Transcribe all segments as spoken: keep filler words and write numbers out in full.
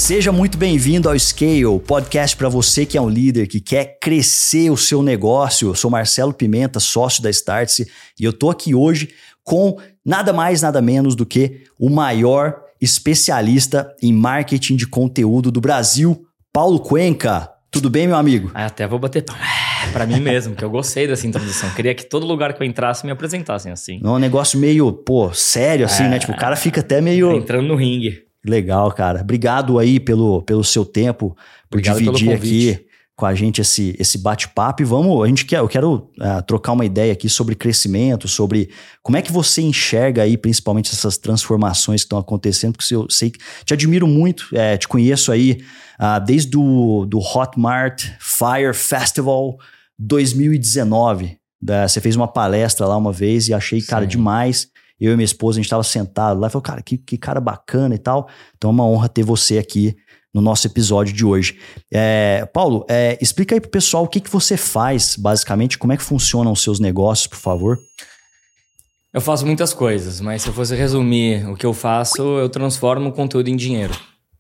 Seja muito bem-vindo ao Scale, podcast para você que é um líder, que quer crescer o seu negócio. Eu sou Marcelo Pimenta, sócio da Startse, e eu tô aqui hoje com nada mais, nada menos do que o maior especialista em marketing de conteúdo do Brasil, Paulo Cuenca. Tudo bem, meu amigo? Até vou bater para mim mesmo, que eu gostei dessa introdução. Queria que todo lugar que eu entrasse me apresentassem assim. É um negócio meio, pô, sério assim, é... né? Tipo, o cara fica até meio... entrando no ringue. Legal, cara. Obrigado aí pelo, pelo seu tempo, por Obrigado dividir aqui com a gente esse, esse bate-papo. E vamos, a gente quer, eu quero uh, trocar uma ideia aqui sobre crescimento, sobre como é que você enxerga aí, principalmente essas transformações que estão acontecendo, porque eu sei que te admiro muito, é, te conheço aí uh, desde do, do Hotmart Fire Festival dois mil e dezenove. Da, você fez uma palestra lá uma vez e achei, cara, Sim. demais. Eu e minha esposa, a gente estava sentado lá e falou, cara, que, que cara bacana e tal. Então é uma honra ter você aqui no nosso episódio de hoje. É, Paulo, é, explica aí pro pessoal o que, que você faz, basicamente, como é que funcionam os seus negócios, por favor. Eu faço muitas coisas, mas se eu fosse resumir o que eu faço, eu transformo o conteúdo em dinheiro.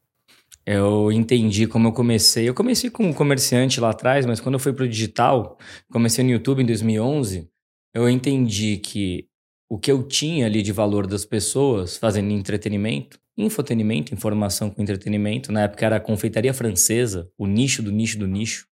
Eu entendi como eu comecei. Eu comecei como comerciante lá atrás, mas quando eu fui pro digital, comecei no YouTube em dois mil e onze, eu entendi que o que eu tinha ali de valor das pessoas fazendo entretenimento, infotenimento, informação com entretenimento, na época era a confeitaria francesa, o nicho do nicho do nicho,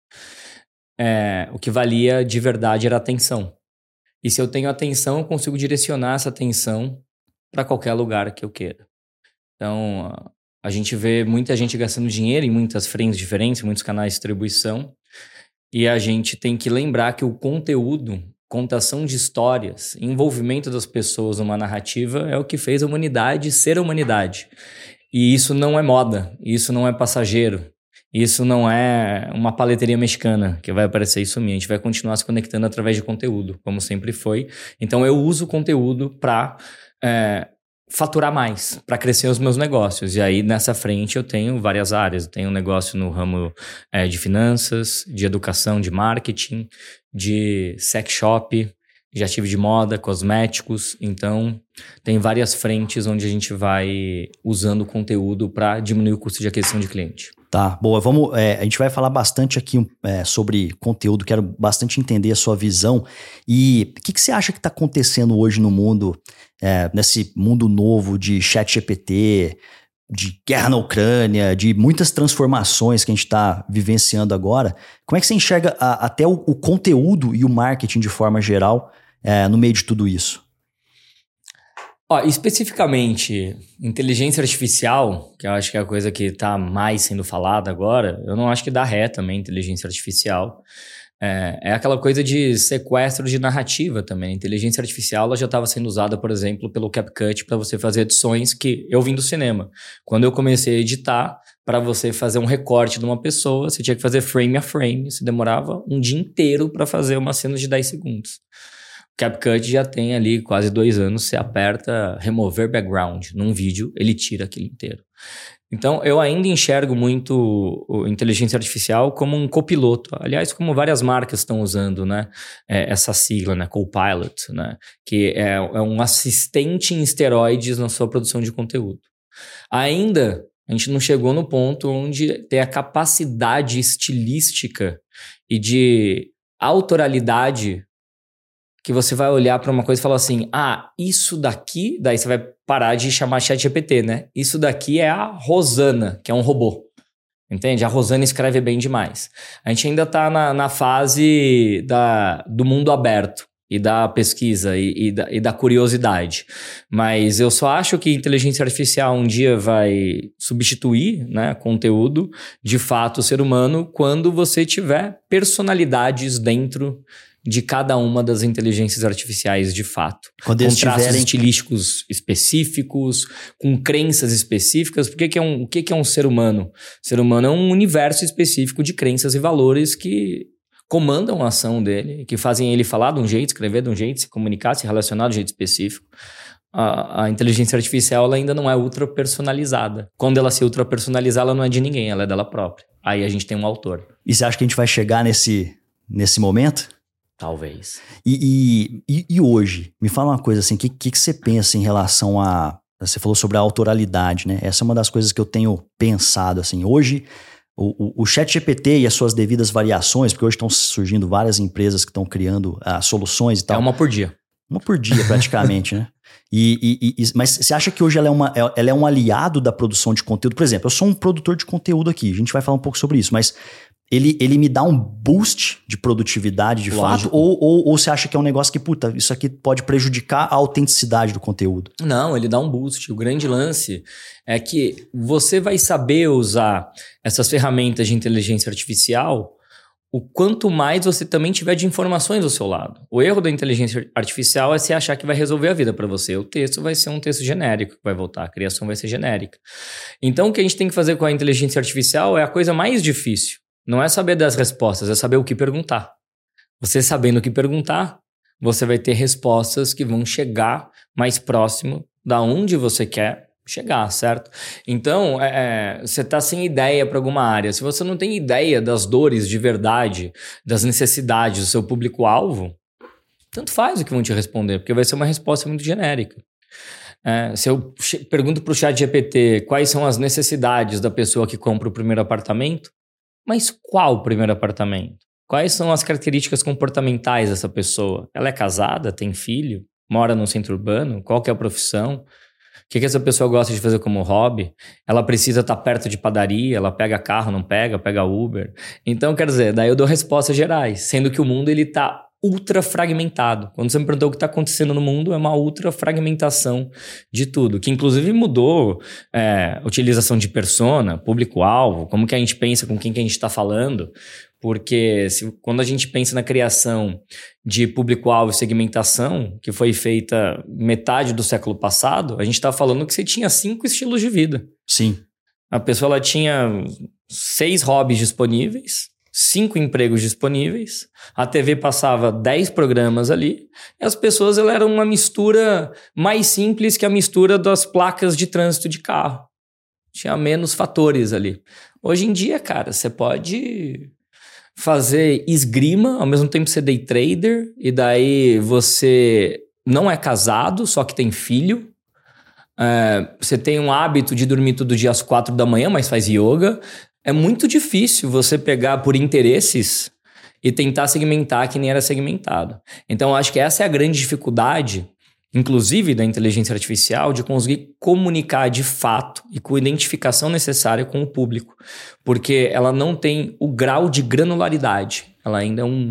é, o que valia de verdade era a atenção. E se eu tenho atenção, eu consigo direcionar essa atenção para qualquer lugar que eu queira. Então, a gente vê muita gente gastando dinheiro em muitas frentes diferentes, muitos canais de distribuição, e a gente tem que lembrar que o conteúdo, contação de histórias, envolvimento das pessoas numa narrativa é o que fez a humanidade ser a humanidade. E isso não é moda, isso não é passageiro, isso não é uma paleteria mexicana que vai aparecer isso minha. A gente vai continuar se conectando através de conteúdo, como sempre foi. Então eu uso o conteúdo para é, faturar mais, para crescer os meus negócios. E aí nessa frente eu tenho várias áreas. Eu tenho um negócio no ramo é, de finanças, de educação, de marketing, de sex shop, já tive de moda, cosméticos. Então tem várias frentes onde a gente vai usando o conteúdo para diminuir o custo de aquisição de cliente. Tá, boa. Vamos, é, a gente vai falar bastante aqui é, sobre conteúdo, quero bastante entender a sua visão. E o que, que você acha que está acontecendo hoje no mundo, é, nesse mundo novo de ChatGPT, de guerra na Ucrânia, de muitas transformações que a gente está vivenciando agora? Como é que você enxerga a, até o, o conteúdo e o marketing de forma geral é, no meio de tudo isso? Ó, especificamente, inteligência artificial, que eu acho que é a coisa que está mais sendo falada agora, eu não acho que dá ré também, inteligência artificial. É, é aquela coisa de sequestro de narrativa também. A inteligência artificial ela já estava sendo usada, por exemplo, pelo CapCut para você fazer edições que eu vim do cinema. Quando eu comecei a editar, para você fazer um recorte de uma pessoa, você tinha que fazer frame a frame. Você demorava um dia inteiro para fazer uma cena de dez segundos. CapCut já tem ali quase dois anos, você aperta remover background num vídeo, ele tira aquilo inteiro. Então, eu ainda enxergo muito a inteligência artificial como um copiloto. Aliás, como várias marcas estão usando, né? É, essa sigla, né? Copilot, né? Que é, é um assistente em esteroides na sua produção de conteúdo. Ainda, a gente não chegou no ponto onde tem a capacidade estilística e de autoralidade que você vai olhar para uma coisa e falar assim, ah, isso daqui, daí você vai parar de chamar ChatGPT, né? Isso daqui é a Rosana, que é um robô, entende? A Rosana escreve bem demais. A gente ainda está na, na fase da, do mundo aberto e da pesquisa e, e, da, e da curiosidade, mas eu só acho que inteligência artificial um dia vai substituir, né, conteúdo, de fato, o ser humano, quando você tiver personalidades dentro de cada uma das inteligências artificiais de fato. Quando com eles traços tiverem... estilísticos específicos, com crenças específicas. Porque que é um, o que é um ser humano? O ser humano é um universo específico de crenças e valores que comandam a ação dele, que fazem ele falar de um jeito, escrever de um jeito, se comunicar, se relacionar de um jeito específico. A, a inteligência artificial ela ainda não é ultra personalizada. Quando ela se ultra personalizar, ela não é de ninguém, ela é dela própria. Aí a gente tem um autor. E você acha que a gente vai chegar nesse, nesse momento? Talvez. E, e, e hoje, me fala uma coisa assim, o que, que, que você pensa em relação a Você falou sobre a autoralidade, né? Essa é uma das coisas que eu tenho pensado, assim. Hoje, o, o, o ChatGPT e as suas devidas variações, porque hoje estão surgindo várias empresas que estão criando uh, soluções e tal. É uma por dia. Uma por dia, praticamente, né? E, e, e, mas você acha que hoje ela é, uma, ela é um aliado da produção de conteúdo? Por exemplo, eu sou um produtor de conteúdo aqui, a gente vai falar um pouco sobre isso, mas ele, ele me dá um boost de produtividade de Lógico. fato? Ou, ou, ou você acha que é um negócio que, puta, isso aqui pode prejudicar a autenticidade do conteúdo? Não, ele dá um boost. O grande lance é que você vai saber usar essas ferramentas de inteligência artificial o quanto mais você também tiver de informações do seu lado. O erro da inteligência artificial é você achar que vai resolver a vida para você. O texto vai ser um texto genérico que vai voltar, a criação vai ser genérica. Então, o que a gente tem que fazer com a inteligência artificial é a coisa mais difícil. Não é saber das respostas, é saber o que perguntar. Você sabendo o que perguntar, você vai ter respostas que vão chegar mais próximo da onde você quer chegar, certo? Então, é, você está sem ideia para alguma área. Se você não tem ideia das dores de verdade, das necessidades do seu público-alvo, tanto faz o que vão te responder, porque vai ser uma resposta muito genérica. É, se eu pergunto para o ChatGPT quais são as necessidades da pessoa que compra o primeiro apartamento, mas qual primeiro apartamento? Quais são as características comportamentais dessa pessoa? Ela é casada? Tem filho? Mora num centro urbano? Qual que é a profissão? O que, que essa pessoa gosta de fazer como hobby? Ela precisa estar perto de padaria? Ela pega carro, não pega? Pega Uber? Então, quer dizer, daí eu dou respostas gerais, sendo que o mundo ele está ultra fragmentado. Quando você me perguntou o que está acontecendo no mundo, é uma ultra fragmentação de tudo, que inclusive mudou é, utilização de persona, público-alvo, como que a gente pensa com quem que a gente está falando, porque se, quando a gente pensa na criação de público-alvo e segmentação, que foi feita metade do século passado, a gente está falando que você tinha cinco estilos de vida. Sim. A pessoa ela tinha seis hobbies disponíveis, cinco empregos disponíveis, a T V passava dez programas ali, e as pessoas elas eram uma mistura mais simples que a mistura das placas de trânsito de carro. Tinha menos fatores ali. Hoje em dia, cara, você pode fazer esgrima, ao mesmo tempo ser day trader, e daí você não é casado, só que tem filho. É, você tem um hábito de dormir todo dia às quatro da manhã, mas faz yoga. É muito difícil você pegar por interesses e tentar segmentar que nem era segmentado. Então, eu acho que essa é a grande dificuldade, inclusive da inteligência artificial, de conseguir comunicar de fato e com a identificação necessária com o público. Porque ela não tem o grau de granularidade. Ela ainda é um...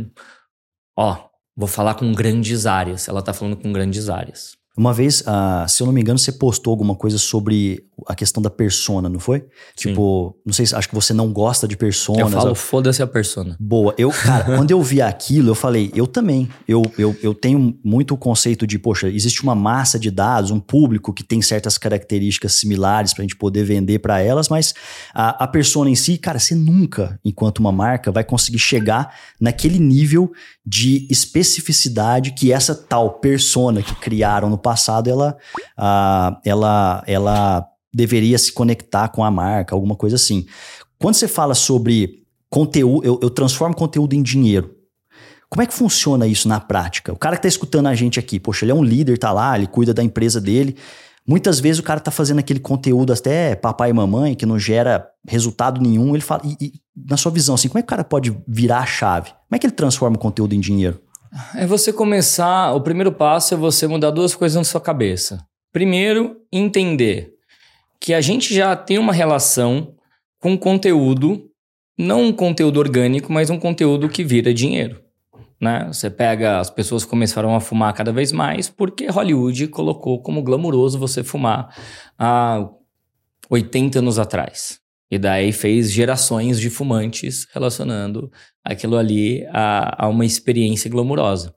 Ó, vou falar com grandes áreas. Ela está falando com grandes áreas. Uma vez, uh, se eu não me engano, você postou alguma coisa sobre a questão da persona, não foi? Sim. Tipo, não sei, acho que você não gosta de personas. Eu falo, foda-se a persona. Boa. Eu, cara, quando eu vi aquilo, eu falei, eu também. Eu, eu, eu tenho muito o conceito de, poxa, existe uma massa de dados, um público que tem certas características similares pra gente poder vender pra elas, mas a, a persona em si, cara, você nunca, enquanto uma marca, vai conseguir chegar naquele nível de especificidade que essa tal persona que criaram no passado, ela, uh, ela, ela deveria se conectar com a marca, alguma coisa assim. Quando você fala sobre conteúdo, eu, eu transformo conteúdo em dinheiro. Como é que funciona isso na prática? O cara que tá escutando a gente aqui, poxa, ele é um líder, tá lá, ele cuida da empresa dele. Muitas vezes o cara tá fazendo aquele conteúdo até papai e mamãe, que não gera resultado nenhum. Ele fala, e, e na sua visão, assim, como é que o cara pode virar a chave? Como é que ele transforma o conteúdo em dinheiro? É você começar, o primeiro passo é você mudar duas coisas na sua cabeça. Primeiro, entender que a gente já tem uma relação com conteúdo, não um conteúdo orgânico, mas um conteúdo que vira dinheiro. Né? Você pega, as pessoas começaram a fumar cada vez mais porque Hollywood colocou como glamuroso você fumar há oitenta anos atrás. E daí fez gerações de fumantes relacionando aquilo ali a, a uma experiência glamurosa.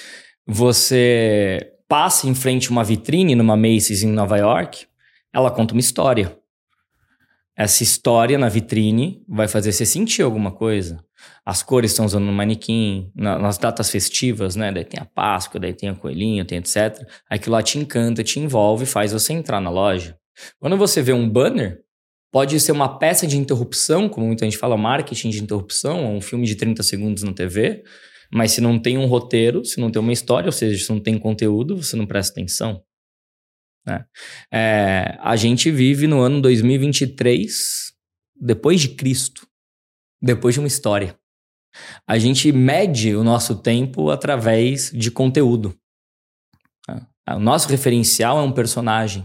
Você passa em frente a uma vitrine numa Macy's em Nova York, ela conta uma história. Essa história na vitrine vai fazer você sentir alguma coisa. As cores estão usando no manequim, na, nas datas festivas, né? Daí tem a Páscoa, daí tem a coelhinho, tem etcétera. Aquilo lá te encanta, te envolve e faz você entrar na loja. Quando você vê um banner, pode ser uma peça de interrupção, como muita gente fala, marketing de interrupção, ou um filme de trinta segundos na T V, mas se não tem um roteiro, se não tem uma história, ou seja, se não tem conteúdo, você não presta atenção. Né? É, a gente vive no ano dois mil e vinte e três, depois de Cristo, depois de uma história. A gente mede o nosso tempo através de conteúdo. O nosso referencial é um personagem,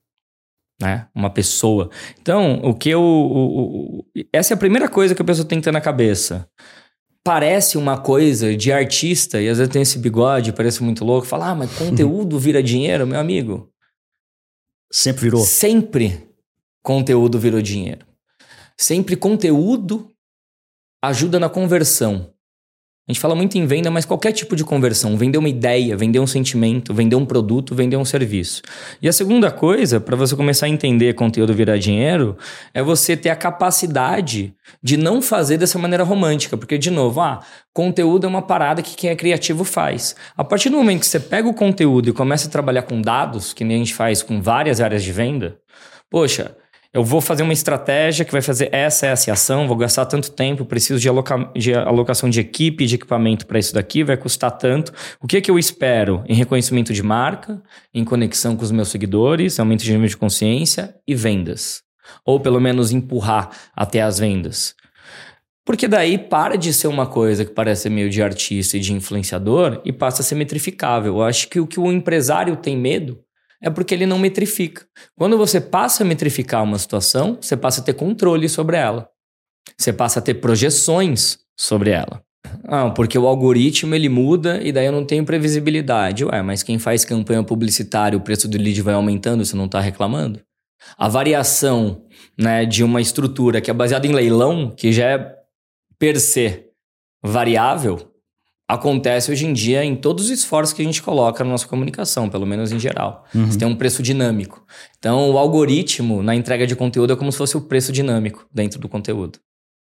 né? Uma pessoa. Então, o que eu... O, o, essa é a primeira coisa que a pessoa tem que ter na cabeça. Parece uma coisa de artista, e às vezes tem esse bigode, parece muito louco, fala, ah, mas conteúdo vira dinheiro, meu amigo. Sempre virou? Sempre conteúdo virou dinheiro. Sempre conteúdo ajuda na conversão. A gente fala muito em venda, mas qualquer tipo de conversão. Vender uma ideia, vender um sentimento, vender um produto, vender um serviço. E a segunda coisa, para você começar a entender conteúdo virar dinheiro, é você ter a capacidade de não fazer dessa maneira romântica. Porque, de novo, ah, conteúdo é uma parada que quem é criativo faz. A partir do momento que você pega o conteúdo e começa a trabalhar com dados, que nem a gente faz com várias áreas de venda, poxa... Eu vou fazer uma estratégia que vai fazer essa, essa ação, vou gastar tanto tempo, preciso de, aloca- de alocação de equipe, de equipamento para isso daqui, vai custar tanto. O que, que eu espero? Em reconhecimento de marca, em conexão com os meus seguidores, aumento de nível de consciência e vendas. Ou pelo menos empurrar até as vendas. Porque daí para de ser uma coisa que parece meio de artista e de influenciador e passa a ser metrificável. Eu acho que o que o empresário tem medo é porque ele não metrifica. Quando você passa a metrificar uma situação, você passa a ter controle sobre ela. Você passa a ter projeções sobre ela. Ah, porque o algoritmo ele muda e daí eu não tenho previsibilidade. Ué, mas quem faz campanha publicitária, o preço do lead vai aumentando, você não está reclamando? A variação, né, de uma estrutura que é baseada em leilão, que já é per se variável, acontece hoje em dia em todos os esforços que a gente coloca na nossa comunicação, pelo menos em geral. Uhum. Você tem um preço dinâmico. Então, o algoritmo na entrega de conteúdo é como se fosse o preço dinâmico dentro do conteúdo.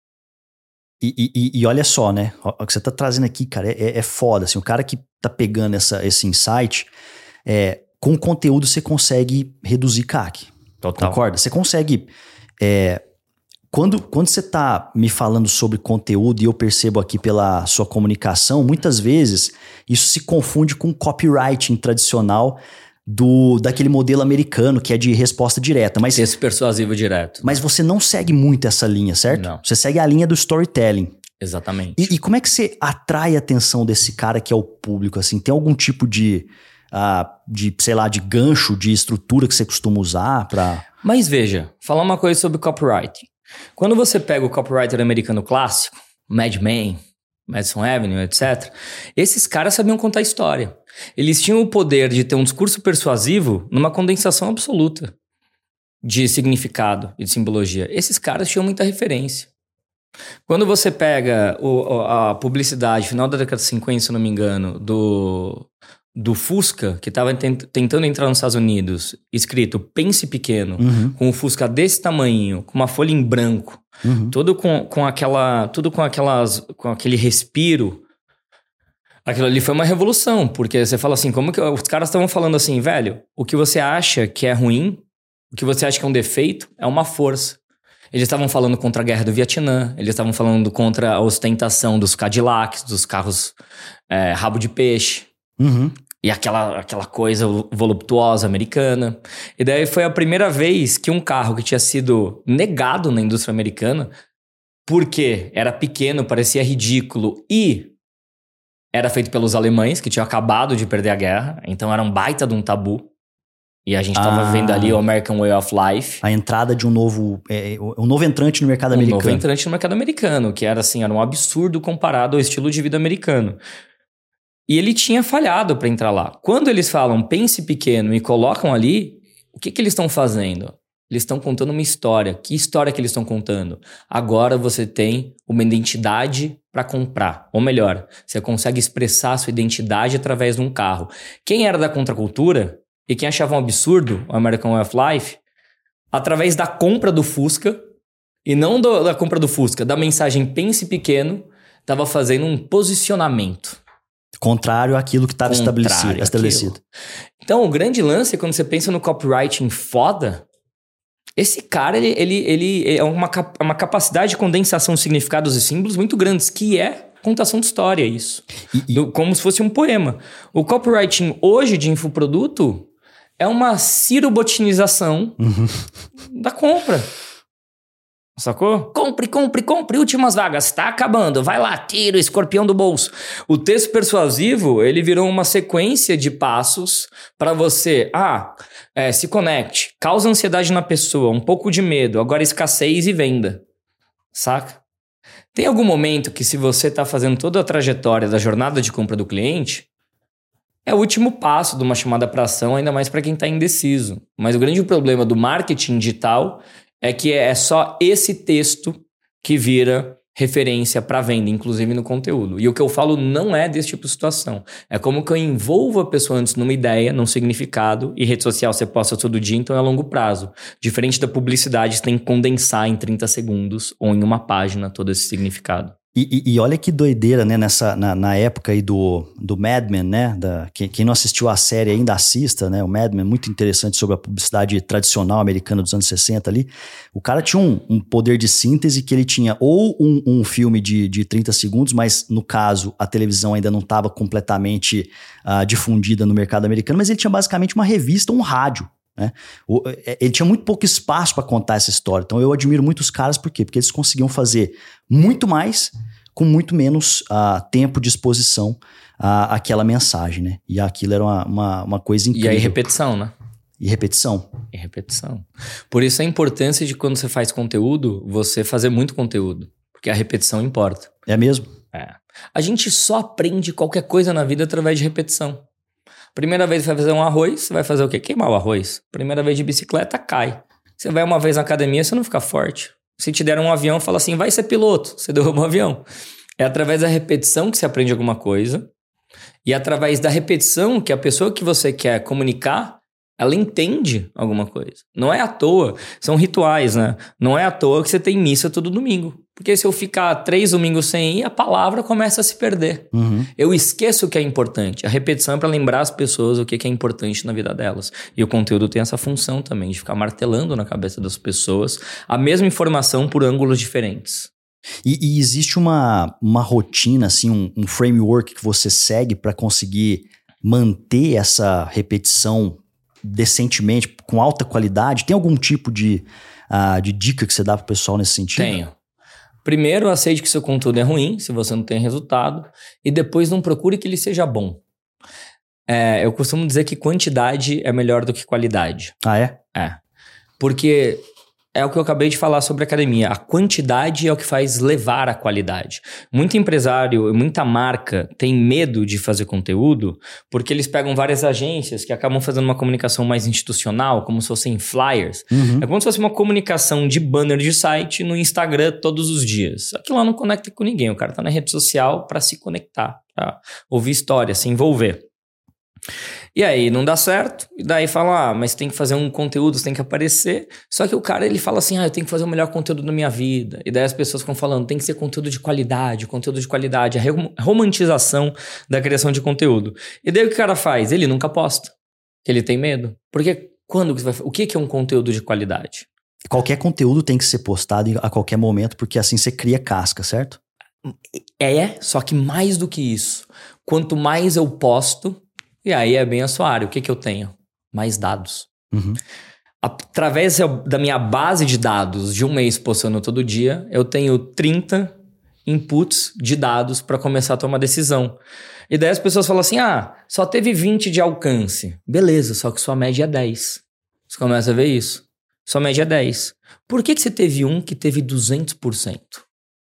E, e, e olha só, né? O que você tá trazendo aqui, cara, é, é foda. Assim, o cara que tá pegando essa, esse insight, é, com conteúdo você consegue reduzir C A C. Total. Concorda? Você consegue... É, Quando, quando você está me falando sobre conteúdo e eu percebo aqui pela sua comunicação, muitas vezes isso se confunde com copywriting tradicional do, daquele modelo americano que é de resposta direta. Mas, texto persuasivo direto. Mas você não segue muito essa linha, certo? Não. Você segue a linha do storytelling. Exatamente. E, e como é que você atrai a atenção desse cara que é o público? Assim, tem algum tipo de, uh, de, sei lá, de gancho, de estrutura que você costuma usar para... Mas veja, falar uma coisa sobre copywriting. Quando você pega o copywriter americano clássico, Mad Men, Madison Avenue, etcétera, esses caras sabiam contar história. Eles tinham o poder de ter um discurso persuasivo numa condensação absoluta de significado e de simbologia. Esses caras tinham muita referência. Quando você pega o, a publicidade, final da década de cinquenta, se não me engano, do... do Fusca, que estava tent- tentando entrar nos Estados Unidos, escrito Pense Pequeno, uhum. com o Fusca desse tamanho, com uma folha em branco, uhum. tudo com, com aquela, tudo com aquelas, com aquele respiro. Aquilo ali foi uma revolução, porque você fala assim, como que os caras estavam falando assim, velho, o que você acha que é ruim, o que você acha que é um defeito, é uma força. Eles estavam falando contra a guerra do Vietnã, eles estavam falando contra a ostentação dos Cadillacs, dos carros é, rabo de peixe. Uhum. E aquela, aquela coisa voluptuosa americana. E daí foi a primeira vez que um carro que tinha sido negado na indústria americana, porque era pequeno, parecia ridículo e era feito pelos alemães, que tinham acabado de perder a guerra. Então era um baita de um tabu. E a gente estava ah, vendo ali o American Way of Life. A entrada de um novo, é, um novo entrante no mercado um americano. Um novo entrante no mercado americano, que era assim, era um absurdo comparado ao estilo de vida americano. E ele tinha falhado para entrar lá. Quando eles falam pense pequeno e colocam ali, o que, que eles estão fazendo? Eles estão contando uma história. Que história que eles estão contando? Agora você tem uma identidade para comprar. Ou melhor, você consegue expressar a sua identidade através de um carro. Quem era da contracultura e quem achava um absurdo o American Way of Life, através da compra do Fusca, e não do, da compra do Fusca, da mensagem pense pequeno, estava fazendo um posicionamento. Contrário àquilo que estava estabelecido, estabelecido. Então, o grande lance é quando você pensa no copywriting foda, esse cara, ele, ele, ele é uma, uma capacidade de condensação de significados e símbolos muito grandes, que é contação de história, isso. E, e... Do, como se fosse um poema. O copywriting hoje de infoproduto é uma cirobotinização uhum. da compra. Sacou? Compre, compre, compre, últimas vagas, tá acabando, vai lá, tira o escorpião do bolso. O texto persuasivo, ele virou uma sequência de passos para você, ah, é, se conecte, causa ansiedade na pessoa, um pouco de medo, agora escassez e venda, saca? Tem algum momento que se você tá fazendo toda a trajetória da jornada de compra do cliente, é o último passo de uma chamada para ação, ainda mais para quem tá indeciso. Mas o grande problema do marketing digital é que é só esse texto que vira referência para venda, inclusive no conteúdo. E o que eu falo não é desse tipo de situação. É como que eu envolvo a pessoa antes numa ideia, num significado, e rede social você posta todo dia, então é a longo prazo. Diferente da publicidade, você tem que condensar em trinta segundos ou em uma página todo esse significado. E, e, e olha que doideira, né, nessa, na, na época aí do, do Mad Men, né, da, quem, quem não assistiu a série ainda assista, né, o Mad Men, muito interessante sobre a publicidade tradicional americana dos anos sessenta ali. O cara tinha um, um poder de síntese que ele tinha ou um, um filme de, de trinta segundos, mas no caso a televisão ainda não estava completamente uh, difundida no mercado americano, mas ele tinha basicamente uma revista, um rádio. Né? O, ele tinha muito pouco espaço para contar essa história, então eu admiro muito os caras, por quê? Porque eles conseguiam fazer muito mais com muito menos uh, tempo de exposição uh, àquela mensagem, né? E aquilo era uma, uma, uma coisa incrível. E aí repetição, né? E repetição. E repetição. Por isso a importância de quando você faz conteúdo, você fazer muito conteúdo, porque a repetição importa. É mesmo? É. A gente só aprende qualquer coisa na vida através de repetição. Primeira vez que você vai fazer um arroz, você vai fazer o quê? Queimar o arroz. Primeira vez de bicicleta, cai. Você vai uma vez na academia, você não fica forte. Se te deram um avião, fala assim, vai ser piloto. Você derruba um avião. É através da repetição que você aprende alguma coisa. E através da repetição que a pessoa que você quer comunicar, ela entende alguma coisa. Não é à toa. São rituais, né? Não é à toa que você tem missa todo domingo. Porque se eu ficar três domingos sem ir, a palavra começa a se perder. Uhum. Eu esqueço o que é importante. A repetição é para lembrar as pessoas o que é importante na vida delas. E o conteúdo tem essa função também, de ficar martelando na cabeça das pessoas a mesma informação por ângulos diferentes. E, e existe uma, uma rotina, assim, um, um framework que você segue para conseguir manter essa repetição decentemente, com alta qualidade? Tem algum tipo de, uh, de dica que você dá pro pessoal nesse sentido? Tenho. Primeiro, aceite que seu conteúdo é ruim, se você não tem resultado. E depois, não procure que ele seja bom. É, eu costumo dizer que quantidade é melhor do que qualidade. Ah, é? É. Porque é o que eu acabei de falar sobre academia. A quantidade é o que faz levar a qualidade. Muito empresário, muita marca tem medo de fazer conteúdo porque eles pegam várias agências que acabam fazendo uma comunicação mais institucional, como se fossem flyers. Uhum. É como se fosse uma comunicação de banner de site no Instagram todos os dias. Aquilo lá não conecta com ninguém. O cara tá na rede social para se conectar, para ouvir história, se envolver. E aí não dá certo, e daí fala, ah, mas tem que fazer um conteúdo, você tem que aparecer. Só que o cara, ele fala assim, ah, eu tenho que fazer o melhor conteúdo da minha vida. E daí as pessoas ficam falando, tem que ser conteúdo de qualidade, conteúdo de qualidade, a romantização da criação de conteúdo. E daí o que o cara faz? Ele nunca posta, ele tem medo. Porque quando você vai, o que é um conteúdo de qualidade? Qualquer conteúdo tem que ser postado a qualquer momento, porque assim você cria casca, certo? É, só que mais do que isso, quanto mais eu posto, e aí é bem a sua área. O que que eu tenho? Mais dados. Uhum. Através da minha base de dados de um mês postando todo dia, eu tenho trinta inputs de dados para começar a tomar decisão. E daí as pessoas falam assim, ah, só teve vinte de alcance. Beleza, só que sua média é dez. Você começa a ver isso. Sua média é dez. Por que que você teve um que teve duzentos por cento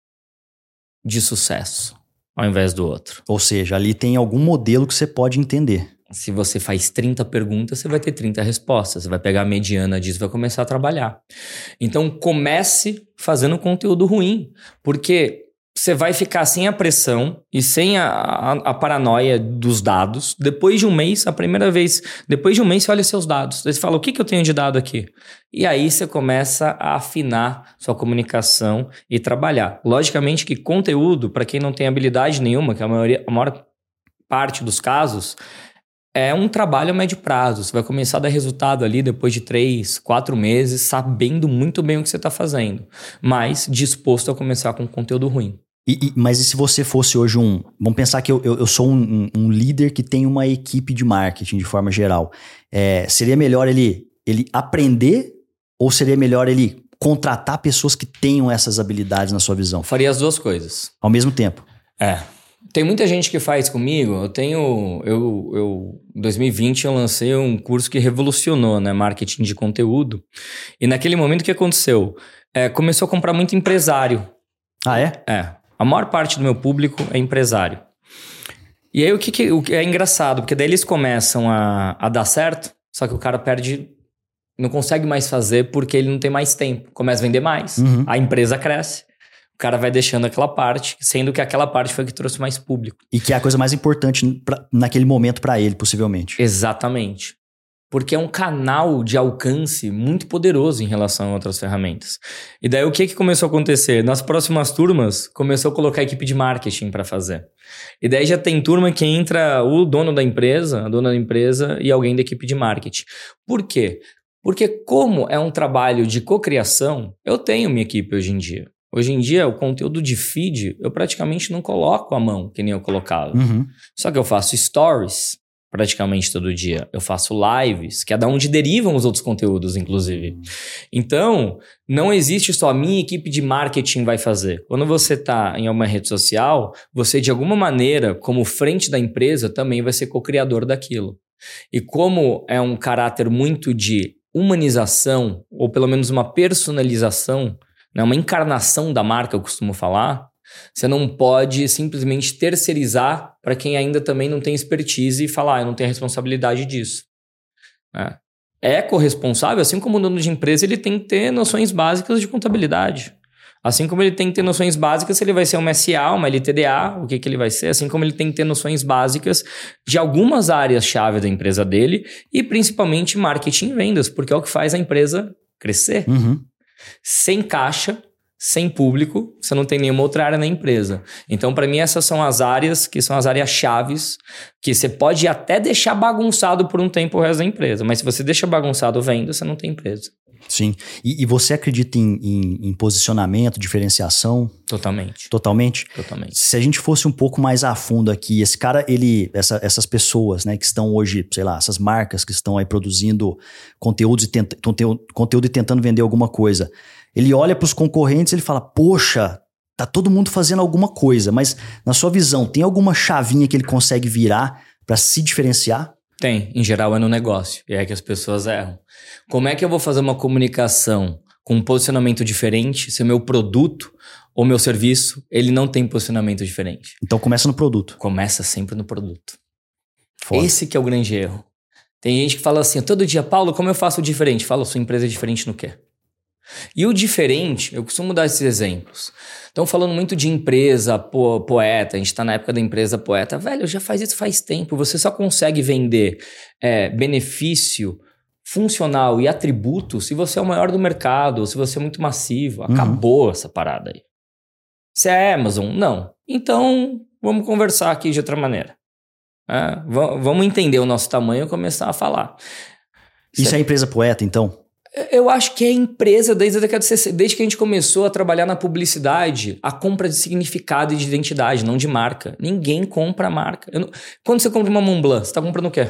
de sucesso? Ao invés do outro. Ou seja, ali tem algum modelo que você pode entender. Se você faz trinta perguntas, você vai ter trinta respostas. Você vai pegar a mediana disso e vai começar a trabalhar. Então, comece fazendo conteúdo ruim. Porque você vai ficar sem a pressão e sem a, a, a paranoia dos dados. Depois de um mês, a primeira vez... Depois de um mês, você olha seus dados. Você fala, o que, que eu tenho de dado aqui? E aí você começa a afinar sua comunicação e trabalhar. Logicamente que conteúdo, para quem não tem habilidade nenhuma, que a, maioria, a maior parte dos casos, é um trabalho a médio prazo. Você vai começar a dar resultado ali depois de três, quatro meses, sabendo muito bem o que você está fazendo. Mas disposto a começar com conteúdo ruim. E, e, mas e se você fosse hoje um... Vamos pensar que eu, eu, eu sou um, um, um líder que tem uma equipe de marketing de forma geral. É, seria melhor ele, ele aprender ou seria melhor ele contratar pessoas que tenham essas habilidades na sua visão? Faria as duas coisas. Ao mesmo tempo? É. Tem muita gente que faz comigo. Eu tenho... Eu, eu, em dois mil e vinte eu lancei um curso que revolucionou, né? Marketing de conteúdo. E naquele momento o que aconteceu? É, começou a comprar muito empresário. Ah, é? É. A maior parte do meu público é empresário. E aí o que, que, o que é engraçado, porque daí eles começam a, a dar certo, só que o cara perde, não consegue mais fazer porque ele não tem mais tempo. Começa a vender mais, uhum. A empresa cresce, o cara vai deixando aquela parte, sendo que aquela parte foi a que trouxe mais público. E que é a coisa mais importante pra, naquele momento para ele, possivelmente. Exatamente. Porque é um canal de alcance muito poderoso em relação a outras ferramentas. E daí o que, que começou a acontecer? Nas próximas turmas, começou a colocar a equipe de marketing para fazer. E daí já tem turma que entra o dono da empresa, a dona da empresa e alguém da equipe de marketing. Por quê? Porque como é um trabalho de cocriação, eu tenho minha equipe hoje em dia. Hoje em dia, o conteúdo de feed, eu praticamente não coloco à mão, que nem eu colocava. Uhum. Só que eu faço stories praticamente todo dia. Eu faço lives, que é da onde derivam os outros conteúdos, inclusive. Uhum. Então, não existe só a minha equipe de marketing vai fazer. Quando você está em uma rede social, você, de alguma maneira, como frente da empresa, também vai ser co-criador daquilo. E como é um caráter muito de humanização, ou pelo menos uma personalização, né, uma encarnação da marca, eu costumo falar, você não pode simplesmente terceirizar para quem ainda também não tem expertise e falar, ah, eu não tenho a responsabilidade disso. É, é corresponsável, assim como o dono de empresa, ele tem que ter noções básicas de contabilidade. Assim como ele tem que ter noções básicas se ele vai ser uma S A, uma L T D A, o que, que ele vai ser. Assim como ele tem que ter noções básicas de algumas áreas-chave da empresa dele e principalmente marketing e vendas, porque é o que faz a empresa crescer. Uhum. Sem caixa, sem público, você não tem nenhuma outra área na empresa. Então, para mim, essas são as áreas que são as áreas chaves que você pode até deixar bagunçado por um tempo o resto da empresa. Mas se você deixa bagunçado venda, você não tem empresa. Sim. E, e você acredita em, em, em posicionamento, diferenciação? Totalmente. Totalmente? Totalmente. Se a gente fosse um pouco mais a fundo aqui, esse cara, ele, essa, essas pessoas, né, que estão hoje, sei lá, essas marcas que estão aí produzindo conteúdos e tenta, conteúdo, conteúdo e tentando vender alguma coisa, ele olha para os concorrentes e ele fala, poxa, tá todo mundo fazendo alguma coisa, mas na sua visão, tem alguma chavinha que ele consegue virar para se diferenciar? Tem, em geral é no negócio, e é que as pessoas erram. Como é que eu vou fazer uma comunicação com um posicionamento diferente se o meu produto ou meu serviço, ele não tem posicionamento diferente? Então começa no produto. Começa sempre no produto. Foda. Esse que é o grande erro. Tem gente que fala assim, todo dia, Paulo, como eu faço o diferente? Fala, sua empresa é diferente no quê? E o diferente, eu costumo dar esses exemplos. Estão falando muito de empresa po- poeta, a gente está na época da empresa poeta. Velho, já faz isso faz tempo. Você só consegue vender é, benefício funcional e atributo se você é o maior do mercado, se você é muito massivo. Acabou uhum. essa parada aí. Se é Amazon, não. Então, vamos conversar aqui de outra maneira. É, v- vamos entender o nosso tamanho e começar a falar. Isso é, é empresa poeta, então? Eu acho que é empresa desde a década de sessenta, desde que a gente começou a trabalhar na publicidade, a compra de significado e de identidade, não de marca. Ninguém compra marca. Eu não... Quando você compra uma Montblanc, você está comprando o quê?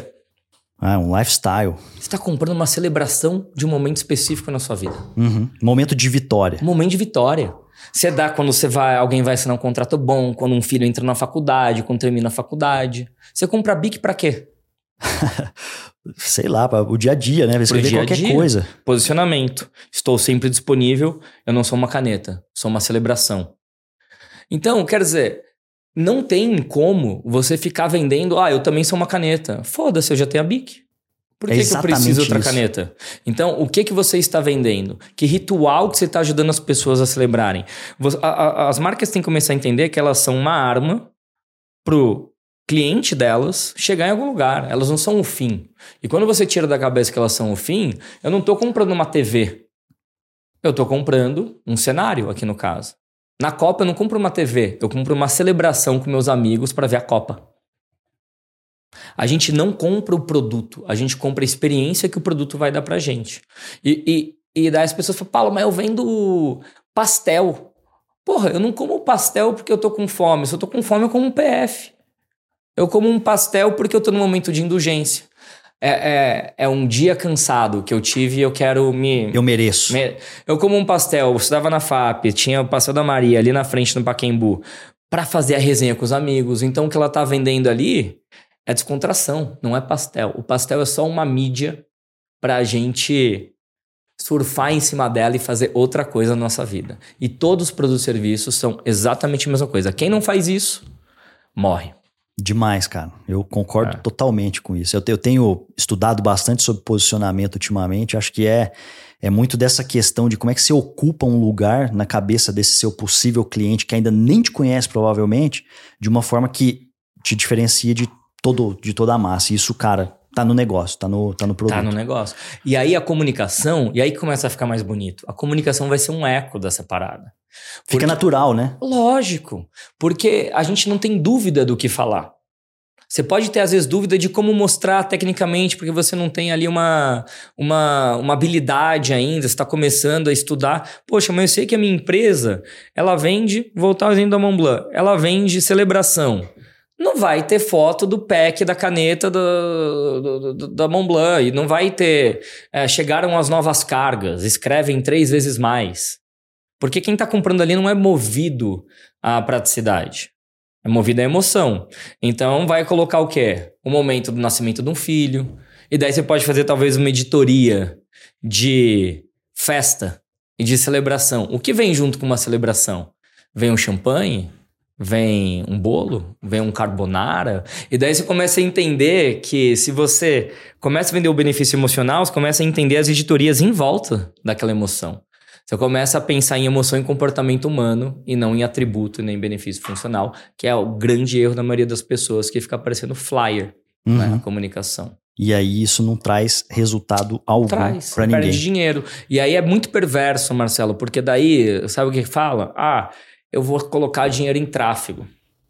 Ah, um lifestyle. Você está comprando uma celebração de um momento específico na sua vida. Uhum. Momento de vitória. Momento de vitória. Você dá quando você vai, alguém vai assinar um contrato bom, quando um filho entra na faculdade, quando termina a faculdade. Você compra Bic pra quê? Sei lá, o dia a dia, né? Escrever dia qualquer dia. coisa. Posicionamento. Estou sempre disponível. Eu não sou uma caneta. Sou uma celebração. Então, quer dizer, não tem como você ficar vendendo... Ah, eu também sou uma caneta. Foda-se, eu já tenho a Bic. Por que, é que eu preciso de outra isso. caneta? Então, o que, que você está vendendo? Que ritual que você está ajudando as pessoas a celebrarem? A, a, as marcas têm que começar a entender que elas são uma arma pro... cliente delas chegar em algum lugar. Elas não são o fim. E quando você tira da cabeça que elas são o fim, eu não estou comprando uma T V. Eu estou comprando um cenário, aqui no caso. Na Copa eu não compro uma T V. Eu compro uma celebração com meus amigos para ver a Copa. A gente não compra o produto. A gente compra a experiência que o produto vai dar pra gente. E, e, e daí as pessoas falam, Paulo, mas eu vendo pastel. Porra, eu não como pastel porque eu tô com fome. Se eu tô com fome, eu como um P F. Eu como um pastel porque eu tô num momento de indulgência. É, é, é um dia cansado que eu tive e eu quero me... Eu mereço. Me, eu como um pastel, eu estudava na F A P, tinha o pastel da Maria ali na frente no Pacaembu, pra fazer a resenha com os amigos. Então o que ela tá vendendo ali é descontração, não é pastel. O pastel é só uma mídia pra gente surfar em cima dela e fazer outra coisa na nossa vida. E todos os produtos e serviços são exatamente a mesma coisa. Quem não faz isso, morre. Demais, cara. Eu concordo é. totalmente com isso. Eu, eu tenho estudado bastante sobre posicionamento ultimamente. Acho que é, é muito dessa questão de como é que você ocupa um lugar na cabeça desse seu possível cliente que ainda nem te conhece, provavelmente, de uma forma que te diferencia de, todo, de toda a massa. E isso, cara, tá no negócio, tá no, tá no produto. Tá no negócio. E aí a comunicação, e aí começa a ficar mais bonito. A comunicação vai ser um eco dessa parada. Porque, Fica natural, né? Lógico. Porque a gente não tem dúvida do que falar. Você pode ter, às vezes, dúvida de como mostrar tecnicamente, porque você não tem ali uma, uma, uma habilidade ainda, você está começando a estudar. Poxa, mas eu sei que a minha empresa, ela vende, voltar ao exemplo da Montblanc, ela vende celebração. Não vai ter foto do pack da caneta do, do, do, da Montblanc, e não vai ter... É, chegaram as novas cargas, escrevem três vezes mais. Porque quem está comprando ali não é movido à praticidade. É movido à emoção. Então vai colocar o quê? O momento do nascimento de um filho. E daí você pode fazer talvez uma editoria de festa e de celebração. O que vem junto com uma celebração? Vem um champanhe? Vem um bolo? Vem um carbonara? E daí você começa a entender que se você começa a vender o benefício emocional, você começa a entender as editorias em volta daquela emoção. Você começa a pensar em emoção e comportamento humano e não em atributo nem benefício funcional, que é o grande erro da maioria das pessoas, que fica aparecendo flyer uhum. né, na comunicação. E aí isso não traz resultado algum para ninguém. Perde dinheiro. E aí é muito perverso, Marcelo, porque daí, sabe o que fala? Ah, eu vou colocar dinheiro em tráfego.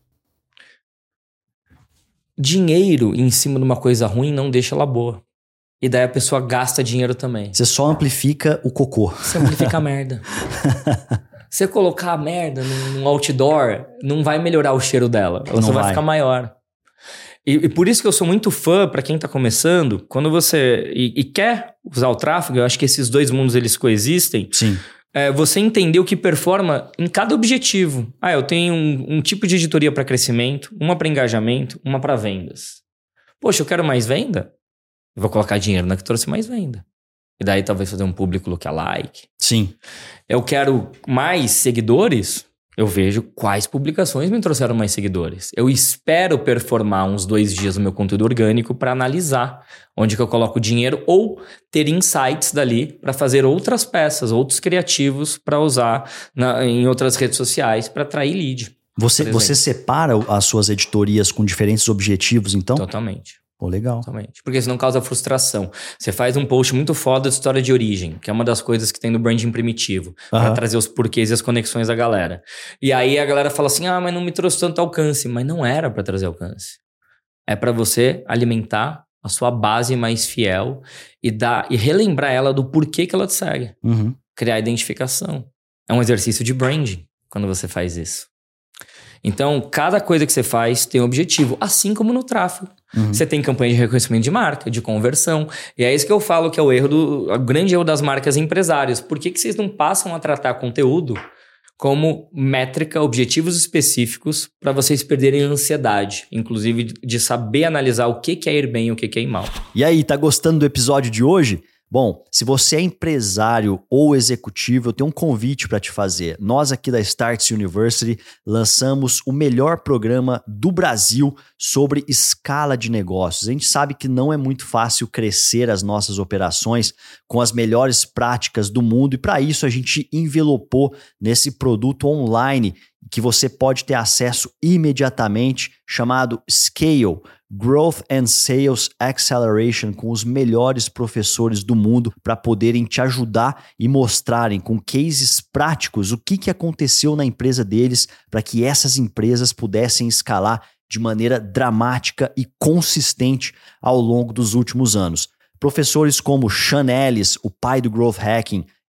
Dinheiro em cima de uma coisa ruim não deixa ela boa. E daí a pessoa gasta dinheiro também. Você só amplifica o cocô. Você amplifica a merda. Você colocar a merda num outdoor, não vai melhorar o cheiro dela. Ela só vai, vai ficar maior. E, e por isso que eu sou muito fã, pra quem tá começando, quando você... E, e quer usar o tráfego, eu acho que esses dois mundos, eles coexistem. Sim. É, você entender o que performa em cada objetivo. Ah, eu tenho um, um tipo de editoria para crescimento, uma para engajamento, uma para vendas. Poxa, eu quero mais venda? Eu vou colocar dinheiro na que trouxe mais venda. E daí talvez fazer um público lookalike. Sim. Eu quero mais seguidores, eu vejo quais publicações me trouxeram mais seguidores. Eu espero performar uns dois dias no meu conteúdo orgânico para analisar onde que eu coloco dinheiro ou ter insights dali para fazer outras peças, outros criativos para usar na, em outras redes sociais para atrair lead. Você, você separa as suas editorias com diferentes objetivos, então? Totalmente. Pô, legal. Totalmente. Porque senão causa frustração. Você faz um post muito foda de história de origem, que é uma das coisas que tem no branding primitivo, uhum. para trazer os porquês e as conexões da galera. E aí a galera fala assim, ah, mas não me trouxe tanto alcance. Mas não era para trazer alcance. É para você alimentar a sua base mais fiel e, dar, e relembrar ela do porquê que ela te segue. Uhum. Criar identificação. É um exercício de branding quando você faz isso. Então, cada coisa que você faz tem um objetivo, assim como no tráfego. Uhum. Você tem campanha de reconhecimento de marca, de conversão. E é isso que eu falo que é o erro do, o grande erro das marcas empresárias. Por que que vocês não passam a tratar conteúdo como métrica, objetivos específicos para vocês perderem a ansiedade, inclusive de saber analisar o que que é ir bem e o que que é ir mal. E aí, tá gostando do episódio de hoje? Bom, se você é empresário ou executivo, eu tenho um convite para te fazer. Nós aqui da Startse University lançamos o melhor programa do Brasil sobre escala de negócios. A gente sabe que não é muito fácil crescer as nossas operações com as melhores práticas do mundo e para isso a gente envelopou nesse produto online que você pode ter acesso imediatamente, chamado Scale, Growth and Sales Acceleration, com os melhores professores do mundo para poderem te ajudar e mostrarem com cases práticos o que, que aconteceu na empresa deles para que essas empresas pudessem escalar de maneira dramática e consistente ao longo dos últimos anos. Professores como Sean Ellis, o pai do Growth Hacking,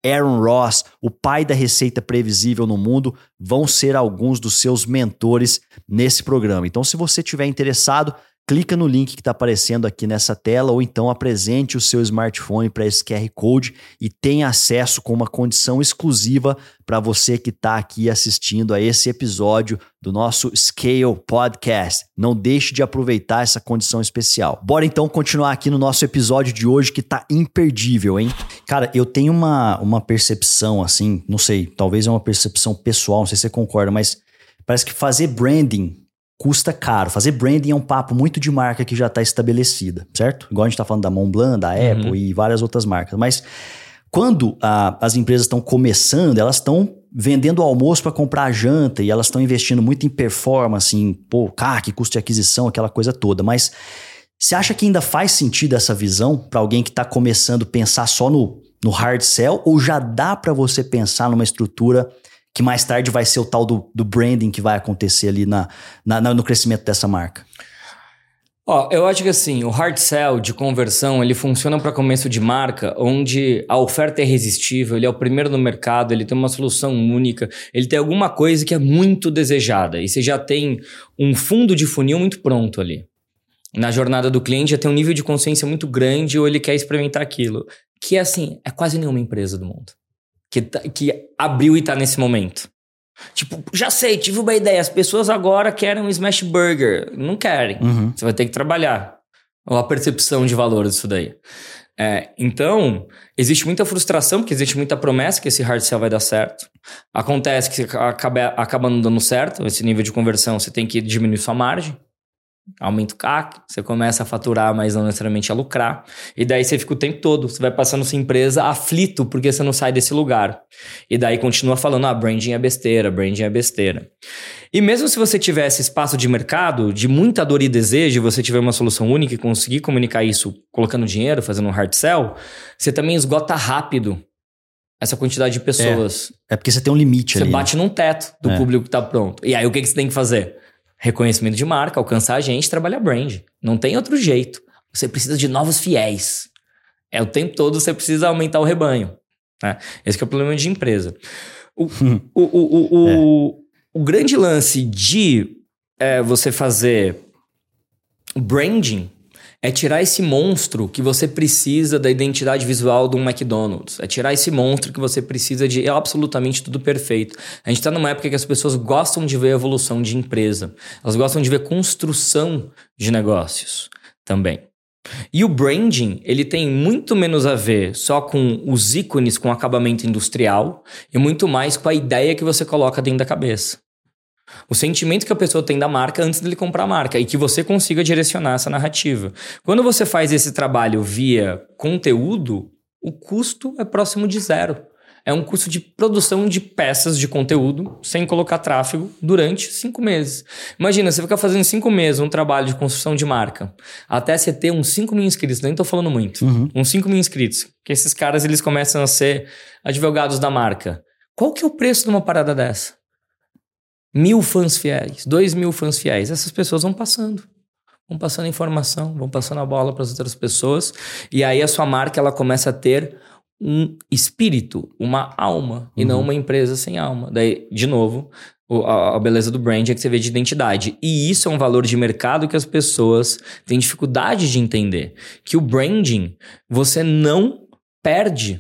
Aaron Ross, o pai da receita previsível no mundo, vão ser alguns dos seus mentores nesse programa. Então, se você estiver interessado, clica no link que está aparecendo aqui nessa tela ou então apresente o seu smartphone para esse Q R Code e tenha acesso com uma condição exclusiva para você que está aqui assistindo a esse episódio do nosso Scale Podcast. Não deixe de aproveitar essa condição especial. Bora então continuar aqui no nosso episódio de hoje que tá imperdível, hein? Cara, eu tenho uma, uma percepção assim, não sei, talvez é uma percepção pessoal, não sei se você concorda, mas parece que fazer branding custa caro. Fazer branding é um papo muito de marca que já está estabelecida, certo? Igual a gente está falando da Montblanc, da Apple uhum. e várias outras marcas. Mas quando a, as empresas estão começando, elas estão vendendo almoço para comprar janta e elas estão investindo muito em performance, em pô, C A C, custo de aquisição, aquela coisa toda. Mas você acha que ainda faz sentido essa visão para alguém que está começando a pensar só no, no hard sell ou já dá para você pensar numa estrutura que mais tarde vai ser o tal do, do branding que vai acontecer ali na, na, no crescimento dessa marca? Ó, eu acho que assim, o hard sell de conversão, ele funciona para começo de marca, onde a oferta é irresistível, ele é o primeiro no mercado, ele tem uma solução única, ele tem alguma coisa que é muito desejada e você já tem um fundo de funil muito pronto ali. Na jornada do cliente já tem um nível de consciência muito grande ou ele quer experimentar aquilo, que é assim, é quase nenhuma empresa do mundo. Que, que abriu e tá nesse momento. Tipo, já sei, tive uma ideia. As pessoas agora querem um smash burger. Não querem. Uhum. Você vai ter que trabalhar. Ou a percepção de valor disso daí. É, então, existe muita frustração, porque existe muita promessa que esse hard sell vai dar certo. Acontece que acaba, acaba não dando certo. Esse nível de conversão, você tem que diminuir sua margem. Aumenta o C A C, você começa a faturar, mas não necessariamente a lucrar. E daí você fica o tempo todo, você vai passando sua empresa aflito porque você não sai desse lugar. E daí continua falando, ah, branding é besteira, branding é besteira. E mesmo se você tiver esse espaço de mercado, de muita dor e desejo, e você tiver uma solução única e conseguir comunicar isso colocando dinheiro, fazendo um hard sell, você também esgota rápido essa quantidade de pessoas. É, é porque você tem um limite você ali. Você bate né? num teto do é. público que tá pronto. E aí o que, que você tem que fazer? Reconhecimento de marca, alcançar a gente, trabalhar brand. Não tem outro jeito. Você precisa de novos fiéis. É o tempo todo você precisa aumentar o rebanho. Né? Esse que é o problema de empresa. O, o, o, o, o, é. o, o grande lance de é, você fazer branding é tirar esse monstro que você precisa da identidade visual de um McDonald's. É tirar esse monstro que você precisa de absolutamente tudo perfeito. A gente está numa época que as pessoas gostam de ver a evolução de empresa. Elas gostam de ver construção de negócios também. E o branding, ele tem muito menos a ver só com os ícones com acabamento industrial e muito mais com a ideia que você coloca dentro da cabeça. O sentimento que a pessoa tem da marca antes dele comprar a marca e que você consiga direcionar essa narrativa. Quando você faz esse trabalho via conteúdo, o custo é próximo de zero. É um custo de produção de peças de conteúdo sem colocar tráfego durante cinco meses. Imagina, você ficar fazendo cinco meses um trabalho de construção de marca até você ter uns cinco mil inscritos, nem tô falando muito, uhum. uns cinco mil inscritos, que esses caras eles começam a ser advogados da marca. Qual que é o preço de uma parada dessa? Mil fãs fiéis, dois mil fãs fiéis. Essas pessoas vão passando. Vão passando informação, vão passando a bola para as outras pessoas. E aí a sua marca ela começa a ter um espírito, uma alma. Uhum. E não uma empresa sem alma. Daí, de novo, a, a beleza do brand é que você vê de identidade. E isso é um valor de mercado que as pessoas têm dificuldade de entender. Que o branding, você não perde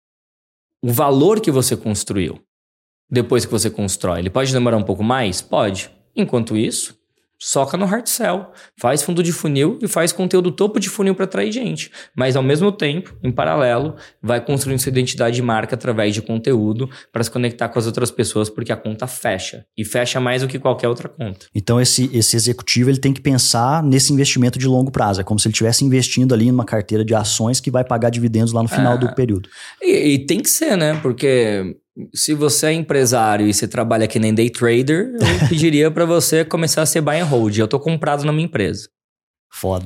o valor que você construiu. Depois que você constrói. Ele pode demorar um pouco mais? Pode. Enquanto isso, soca no hard sell. Faz fundo de funil e faz conteúdo topo de funil para atrair gente. Mas, ao mesmo tempo, em paralelo, vai construindo sua identidade de marca através de conteúdo para se conectar com as outras pessoas, porque a conta fecha. E fecha mais do que qualquer outra conta. Então, esse, esse executivo ele tem que pensar nesse investimento de longo prazo. É como se ele estivesse investindo ali numa carteira de ações que vai pagar dividendos lá no final é, do período. E, e tem que ser, né? Porque se você é empresário e você trabalha que nem day trader, eu pediria para você começar a ser buy and hold. Eu tô comprado na minha empresa. Foda.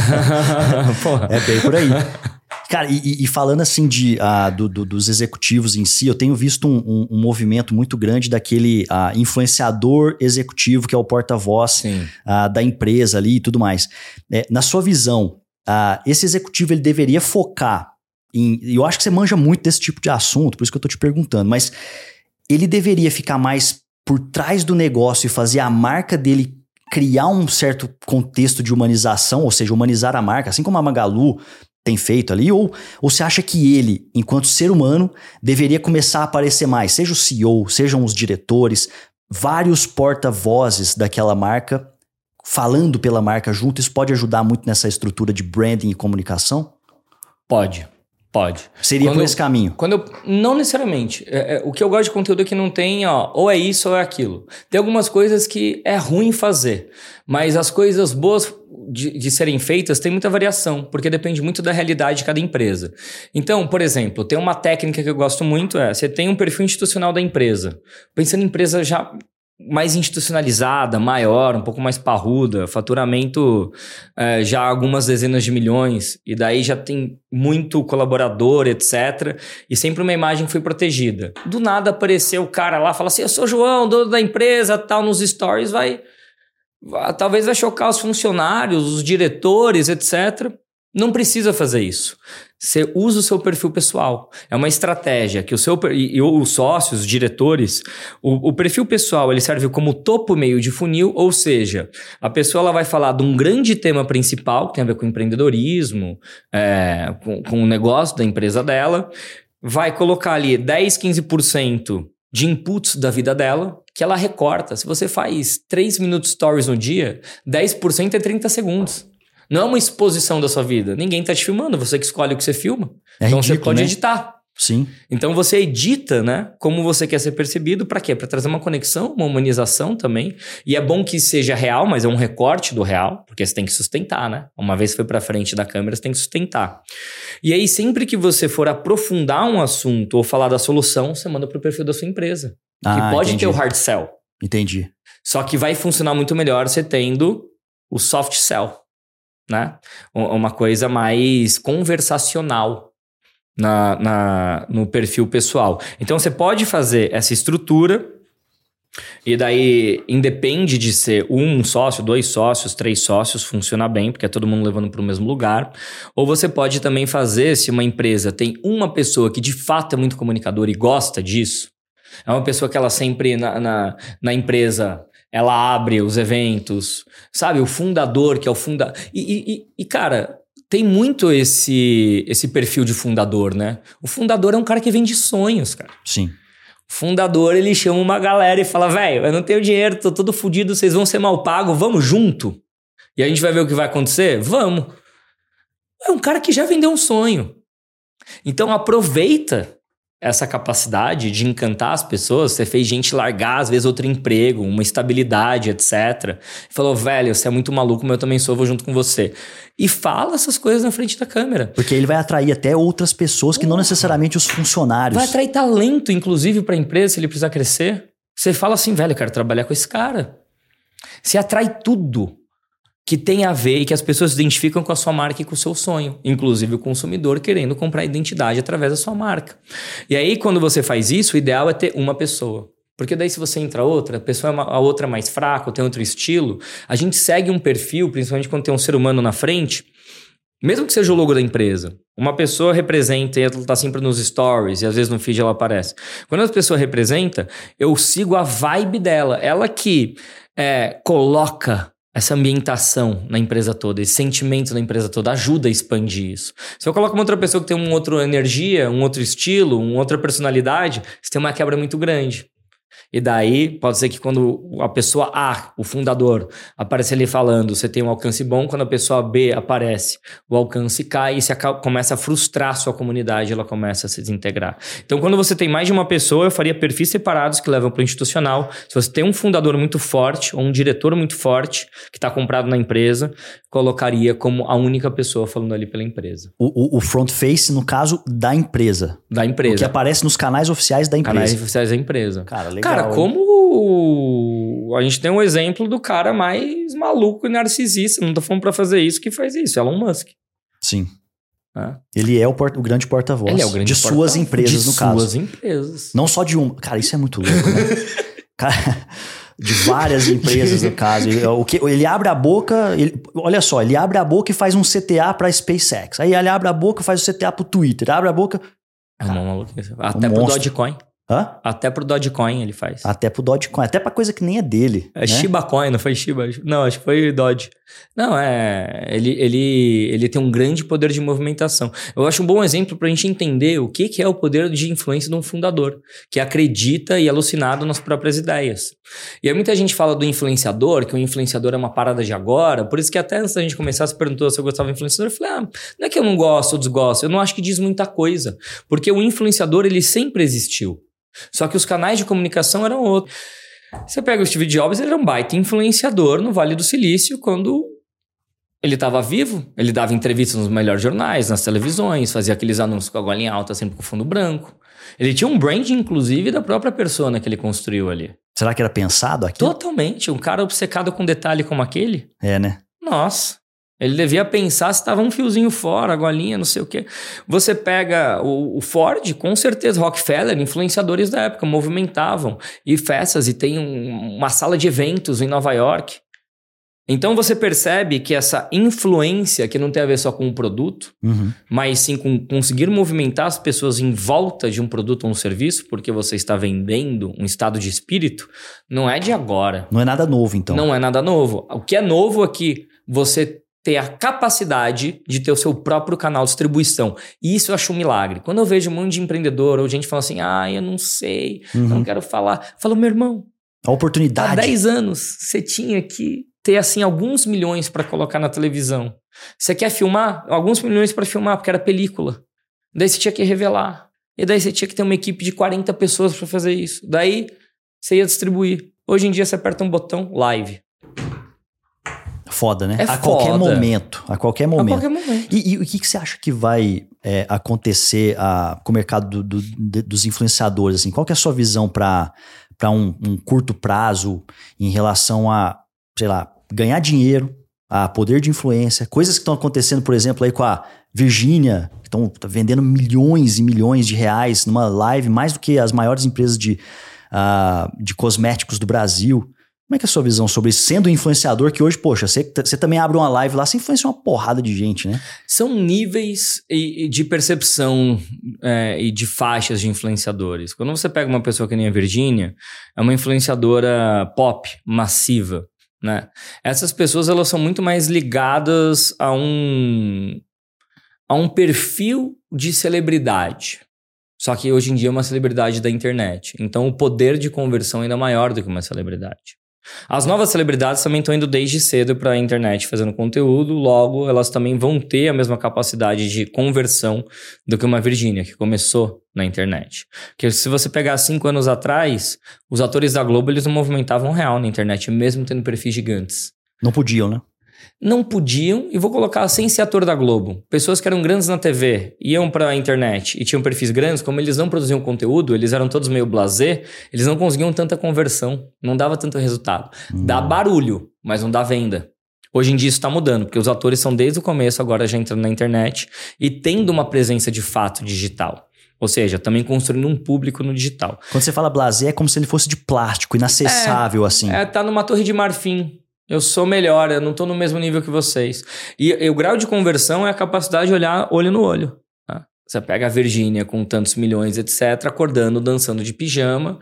É bem por aí. Cara, e, e falando assim de, uh, do, do, dos executivos em si, eu tenho visto um, um, um movimento muito grande daquele uh, influenciador executivo que é o porta-voz uh, da empresa ali e tudo mais. É, na sua visão, uh, esse executivo ele deveria focar E eu acho que você manja muito desse tipo de assunto, por isso que eu tô te perguntando, mas ele deveria ficar mais por trás do negócio e fazer a marca dele criar um certo contexto de humanização, ou seja, humanizar a marca, assim como a Magalu tem feito ali, ou, ou você acha que ele, enquanto ser humano, deveria começar a aparecer mais, seja o C E O, sejam os diretores, vários porta-vozes daquela marca, falando pela marca junto, isso pode ajudar muito nessa estrutura de branding e comunicação? Pode. Pode. Seria quando por eu, esse caminho? Quando eu, não necessariamente. É, é, o que eu gosto de conteúdo é que não tem, ó, ou é isso ou é aquilo. Tem algumas coisas que é ruim fazer, mas as coisas boas de, de serem feitas tem muita variação, porque depende muito da realidade de cada empresa. Então, por exemplo, tem uma técnica que eu gosto muito, é, você tem um perfil institucional da empresa. Pensando em empresa já mais institucionalizada, maior, um pouco mais parruda, faturamento é, já algumas dezenas de milhões, e daí já tem muito colaborador, etcétera. E sempre uma imagem foi protegida. Do nada apareceu o cara lá, fala assim, eu sou o João, dono da empresa, tal, nos stories, vai, vai talvez vai chocar os funcionários, os diretores, etcétera. Não precisa fazer isso. Você usa o seu perfil pessoal. É uma estratégia que o seu e, e os sócios, os diretores, o, o perfil pessoal ele serve como topo meio de funil, ou seja, a pessoa ela vai falar de um grande tema principal que tem a ver com empreendedorismo, é, com, com o negócio da empresa dela, vai colocar ali dez, quinze por cento de inputs da vida dela, que ela recorta. Se você faz três minutos stories no dia, dez por cento é trinta segundos. Não é uma exposição da sua vida. Ninguém tá te filmando, você que escolhe o que você filma. É então ridículo, você pode, né? Editar. Sim. Então você edita, né? Como você quer ser percebido. Para quê? Para trazer uma conexão, uma humanização também. E é bom que seja real, mas é um recorte do real, porque você tem que sustentar, né? Uma vez foi para frente da câmera, você tem que sustentar. E aí, sempre que você for aprofundar um assunto ou falar da solução, você manda pro perfil da sua empresa. Ah, que pode entendi. Ter o hard sell. Entendi. Só que vai funcionar muito melhor você tendo o soft sell. Né? Uma coisa mais conversacional na, na, no perfil pessoal. Então, você pode fazer essa estrutura e daí independe de ser um sócio, dois sócios, três sócios, funciona bem, porque é todo mundo levando para o mesmo lugar. Ou você pode também fazer, se uma empresa tem uma pessoa que de fato é muito comunicadora e gosta disso, é uma pessoa que ela sempre na, na, na empresa... Ela abre os eventos, sabe? O fundador, que é o fundador... E, e, e, cara, tem muito esse, esse perfil de fundador, né? O fundador é um cara que vende sonhos, cara. Sim. O fundador, ele chama uma galera e fala, velho, eu não tenho dinheiro, tô todo fodido, vocês vão ser mal pagos, vamos junto? E a gente vai ver o que vai acontecer? Vamos. É um cara que já vendeu um sonho. Então, aproveita... essa capacidade de encantar as pessoas, você fez gente largar, às vezes, outro emprego, uma estabilidade, etcétera. Falou, velho, você é muito maluco, mas eu também sou, vou junto com você. E fala essas coisas na frente da câmera. Porque ele vai atrair até outras pessoas que não necessariamente os funcionários. Vai atrair talento, inclusive, para a empresa, se ele precisar crescer. Você fala assim, velho, eu quero trabalhar com esse cara. Você atrai tudo que tem a ver e que as pessoas se identificam com a sua marca e com o seu sonho. Inclusive o consumidor querendo comprar identidade através da sua marca. E aí, quando você faz isso, o ideal é ter uma pessoa. Porque daí, se você entra outra, a pessoa é uma, a outra é mais fraca, tem outro estilo, a gente segue um perfil, principalmente quando tem um ser humano na frente, mesmo que seja o logo da empresa. Uma pessoa representa e ela tá sempre nos stories e às vezes no feed ela aparece. Quando a pessoa representa, eu sigo a vibe dela. Ela que é, coloca... essa ambientação na empresa toda, esse sentimento na empresa toda, ajuda a expandir isso. Se eu coloco uma outra pessoa que tem uma outra energia, um outro estilo, uma outra personalidade, você tem uma quebra muito grande. E daí, pode ser que quando a pessoa A, o fundador, aparece ali falando, você tem um alcance bom, quando a pessoa B aparece, o alcance cai e você começa a frustrar a sua comunidade, ela começa a se desintegrar. Então, quando você tem mais de uma pessoa, eu faria perfis separados que levam para o institucional. Se você tem um fundador muito forte, ou um diretor muito forte, que está comprado na empresa, colocaria como a única pessoa falando ali pela empresa. O, o, o front face, no caso, da empresa. Da empresa. O que aparece nos canais oficiais da empresa. Canais oficiais da empresa. Cara, legal. Cara, como a gente tem um exemplo do cara mais maluco e narcisista, não tô falando pra fazer isso, que faz isso, Elon Musk. Sim. É. Ele é o, port, o grande porta-voz Ele é o grande de suas empresas, de no caso. De suas empresas. Não só de uma. Cara, isso é muito louco, né? Cara, de várias empresas, no caso. Ele, o que, ele abre a boca, ele, olha só, ele abre a boca e faz um C T A para SpaceX. Aí ele abre a boca e faz o C T A pro Twitter. Abre a boca... É uma maluquice. Até um pro monstro. Dogecoin. Hã? Até pro Dogecoin ele faz. Até pro Dogecoin. Até pra coisa que nem é dele. É, né? Shiba Coin, não foi Shiba? Não, acho que foi Doge. Não, é... Ele, ele, ele tem um grande poder de movimentação. Eu acho um bom exemplo pra gente entender o que, que é o poder de influência de um fundador, que acredita e é alucinado nas próprias ideias. E aí muita gente fala do influenciador, que o influenciador é uma parada de agora, por isso que até antes da gente começar, você perguntou se eu gostava do influenciador, eu falei, ah, não é que eu não gosto ou desgosto, eu não acho que diz muita coisa, porque o influenciador, ele sempre existiu. Só que os canais de comunicação eram outros. Você pega o Steve Jobs, ele era um baita influenciador no Vale do Silício quando ele estava vivo. Ele dava entrevistas nos melhores jornais, nas televisões, fazia aqueles anúncios com a golinha alta, sempre com fundo branco. Ele tinha um brand, inclusive, da própria persona que ele construiu ali. Será que era pensado aquilo? Totalmente. Um cara obcecado com detalhe como aquele. É, né? Nossa. Ele devia pensar se estava um fiozinho fora, a golinha, não sei o quê. Você pega o, o Ford, com certeza, Rockefeller, influenciadores da época, movimentavam. E festas, e tem um, uma sala de eventos em Nova York. Então você percebe que essa influência, que não tem a ver só com um produto, uhum. mas sim com conseguir movimentar as pessoas em volta de um produto ou um serviço, porque você está vendendo um estado de espírito, não é de agora. Não é nada novo, então. Não é nada novo. O que é novo é que você ter a capacidade de ter o seu próprio canal de distribuição. E isso eu acho um milagre. Quando eu vejo um monte de empreendedor ou gente falando assim, ah, eu não sei, uhum. não quero falar. Eu falo, meu irmão, a oportunidade. Há dez anos você tinha que ter assim alguns milhões para colocar na televisão. Você quer filmar? Alguns milhões para filmar, porque era película. Daí você tinha que revelar. E daí você tinha que ter uma equipe de quarenta pessoas para fazer isso. Daí você ia distribuir. Hoje em dia você aperta um botão, live. Foda, né? É a foda. qualquer momento. A qualquer momento. A qualquer momento. E, e o que, que você acha que vai é, acontecer a, com o mercado do, do, dos influenciadores? Assim? Qual que é a sua visão para um, um curto prazo em relação a, sei lá, ganhar dinheiro, a poder de influência? Coisas que estão acontecendo, por exemplo, aí com a Virgínia, que estão tá vendendo milhões e milhões de reais numa live, mais do que as maiores empresas de, uh, de cosméticos do Brasil. Como é que é a sua visão sobre isso? Sendo influenciador, que hoje, poxa, você, você também abre uma live lá, você influencia uma porrada de gente, né? São níveis de percepção é, e de faixas de influenciadores. Quando você pega uma pessoa que nem a Virgínia, é uma influenciadora pop, massiva, né? Essas pessoas, elas são muito mais ligadas a um, a um perfil de celebridade. Só que hoje em dia é uma celebridade da internet. Então o poder de conversão ainda é maior do que uma celebridade. As novas celebridades também estão indo desde cedo para a internet fazendo conteúdo, logo elas também vão ter a mesma capacidade de conversão do que uma Virgínia, que começou na internet. Porque se você pegar cinco anos atrás, os atores da Globo, eles não movimentavam real na internet, mesmo tendo perfis gigantes. Não podiam, né? Não podiam, e vou colocar sem ser ator da Globo. Pessoas que eram grandes na T V, iam pra internet e tinham perfis grandes, como eles não produziam conteúdo, eles eram todos meio blasé, eles não conseguiam tanta conversão, não dava tanto resultado. Hum. Dá barulho, mas não dá venda. Hoje em dia isso está mudando, porque os atores são desde o começo agora já entrando na internet e tendo uma presença de fato digital. Ou seja, também construindo um público no digital. Quando você fala blasé, é como se ele fosse de plástico, inacessável, é, assim. É, tá numa torre de marfim. Eu sou melhor, eu não tô no mesmo nível que vocês. E, e o grau de conversão é a capacidade de olhar olho no olho. Tá? Você pega a Virgínia com tantos milhões, etcétera, acordando, dançando de pijama,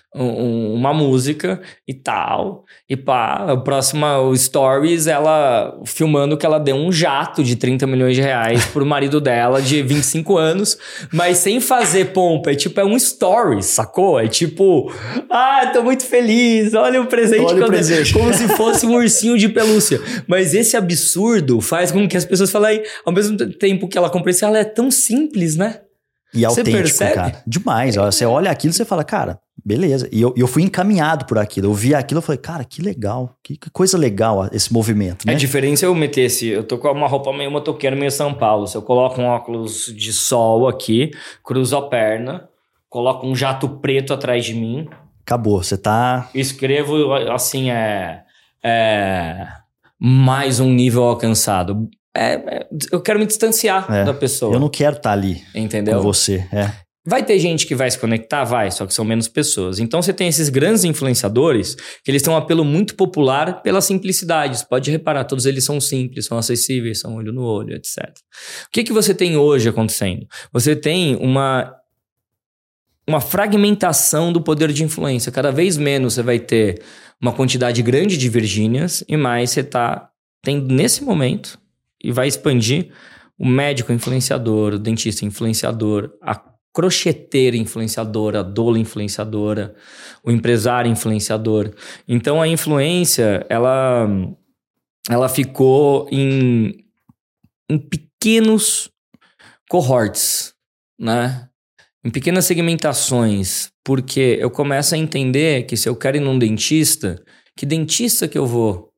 um, uma música e tal. E pá, a próxima, o Stories, ela filmando que ela deu um jato de trinta milhões de reais pro marido dela de vinte e cinco anos, mas sem fazer pompa. É tipo, é um Stories, sacou? É tipo, ah, tô muito feliz, olha o presente. Olha o presente. Como se fosse um ursinho de pelúcia. Mas esse absurdo faz com que as pessoas falem, ao mesmo tempo que ela compra isso, ela é tão simples, né? E autêntico, cara. Demais. É. Você olha aquilo e você fala, cara, beleza. E eu, eu fui encaminhado por aquilo. Eu vi aquilo e falei, cara, que legal. Que, que coisa legal esse movimento, né? A diferença é eu meter esse... Eu tô com uma roupa meio motoqueiro, meio São Paulo. Se eu coloco um óculos de sol aqui, cruzo a perna, coloco um jato preto atrás de mim... Acabou, você tá... Escrevo, assim, é... é mais um nível alcançado. É, é, eu quero me distanciar é, da pessoa. Eu não quero estar tá ali. Entendeu? Com você, é. Vai ter gente que vai se conectar? Vai, só que são menos pessoas. Então você tem esses grandes influenciadores que eles têm um apelo muito popular pela simplicidade. Você pode reparar, todos eles são simples, são acessíveis, são olho no olho, etcétera. O que, que você tem hoje acontecendo? Você tem uma, uma fragmentação do poder de influência. Cada vez menos você vai ter uma quantidade grande de Virgínias e mais você está tendo nesse momento e vai expandir o médico influenciador, o dentista influenciador, a crocheteira influenciadora, a doula influenciadora, o empresário influenciador. Então a influência, ela, ela ficou em, em pequenos cohorts, né? Em pequenas segmentações, porque eu começo a entender que se eu quero ir num dentista, que dentista que eu vou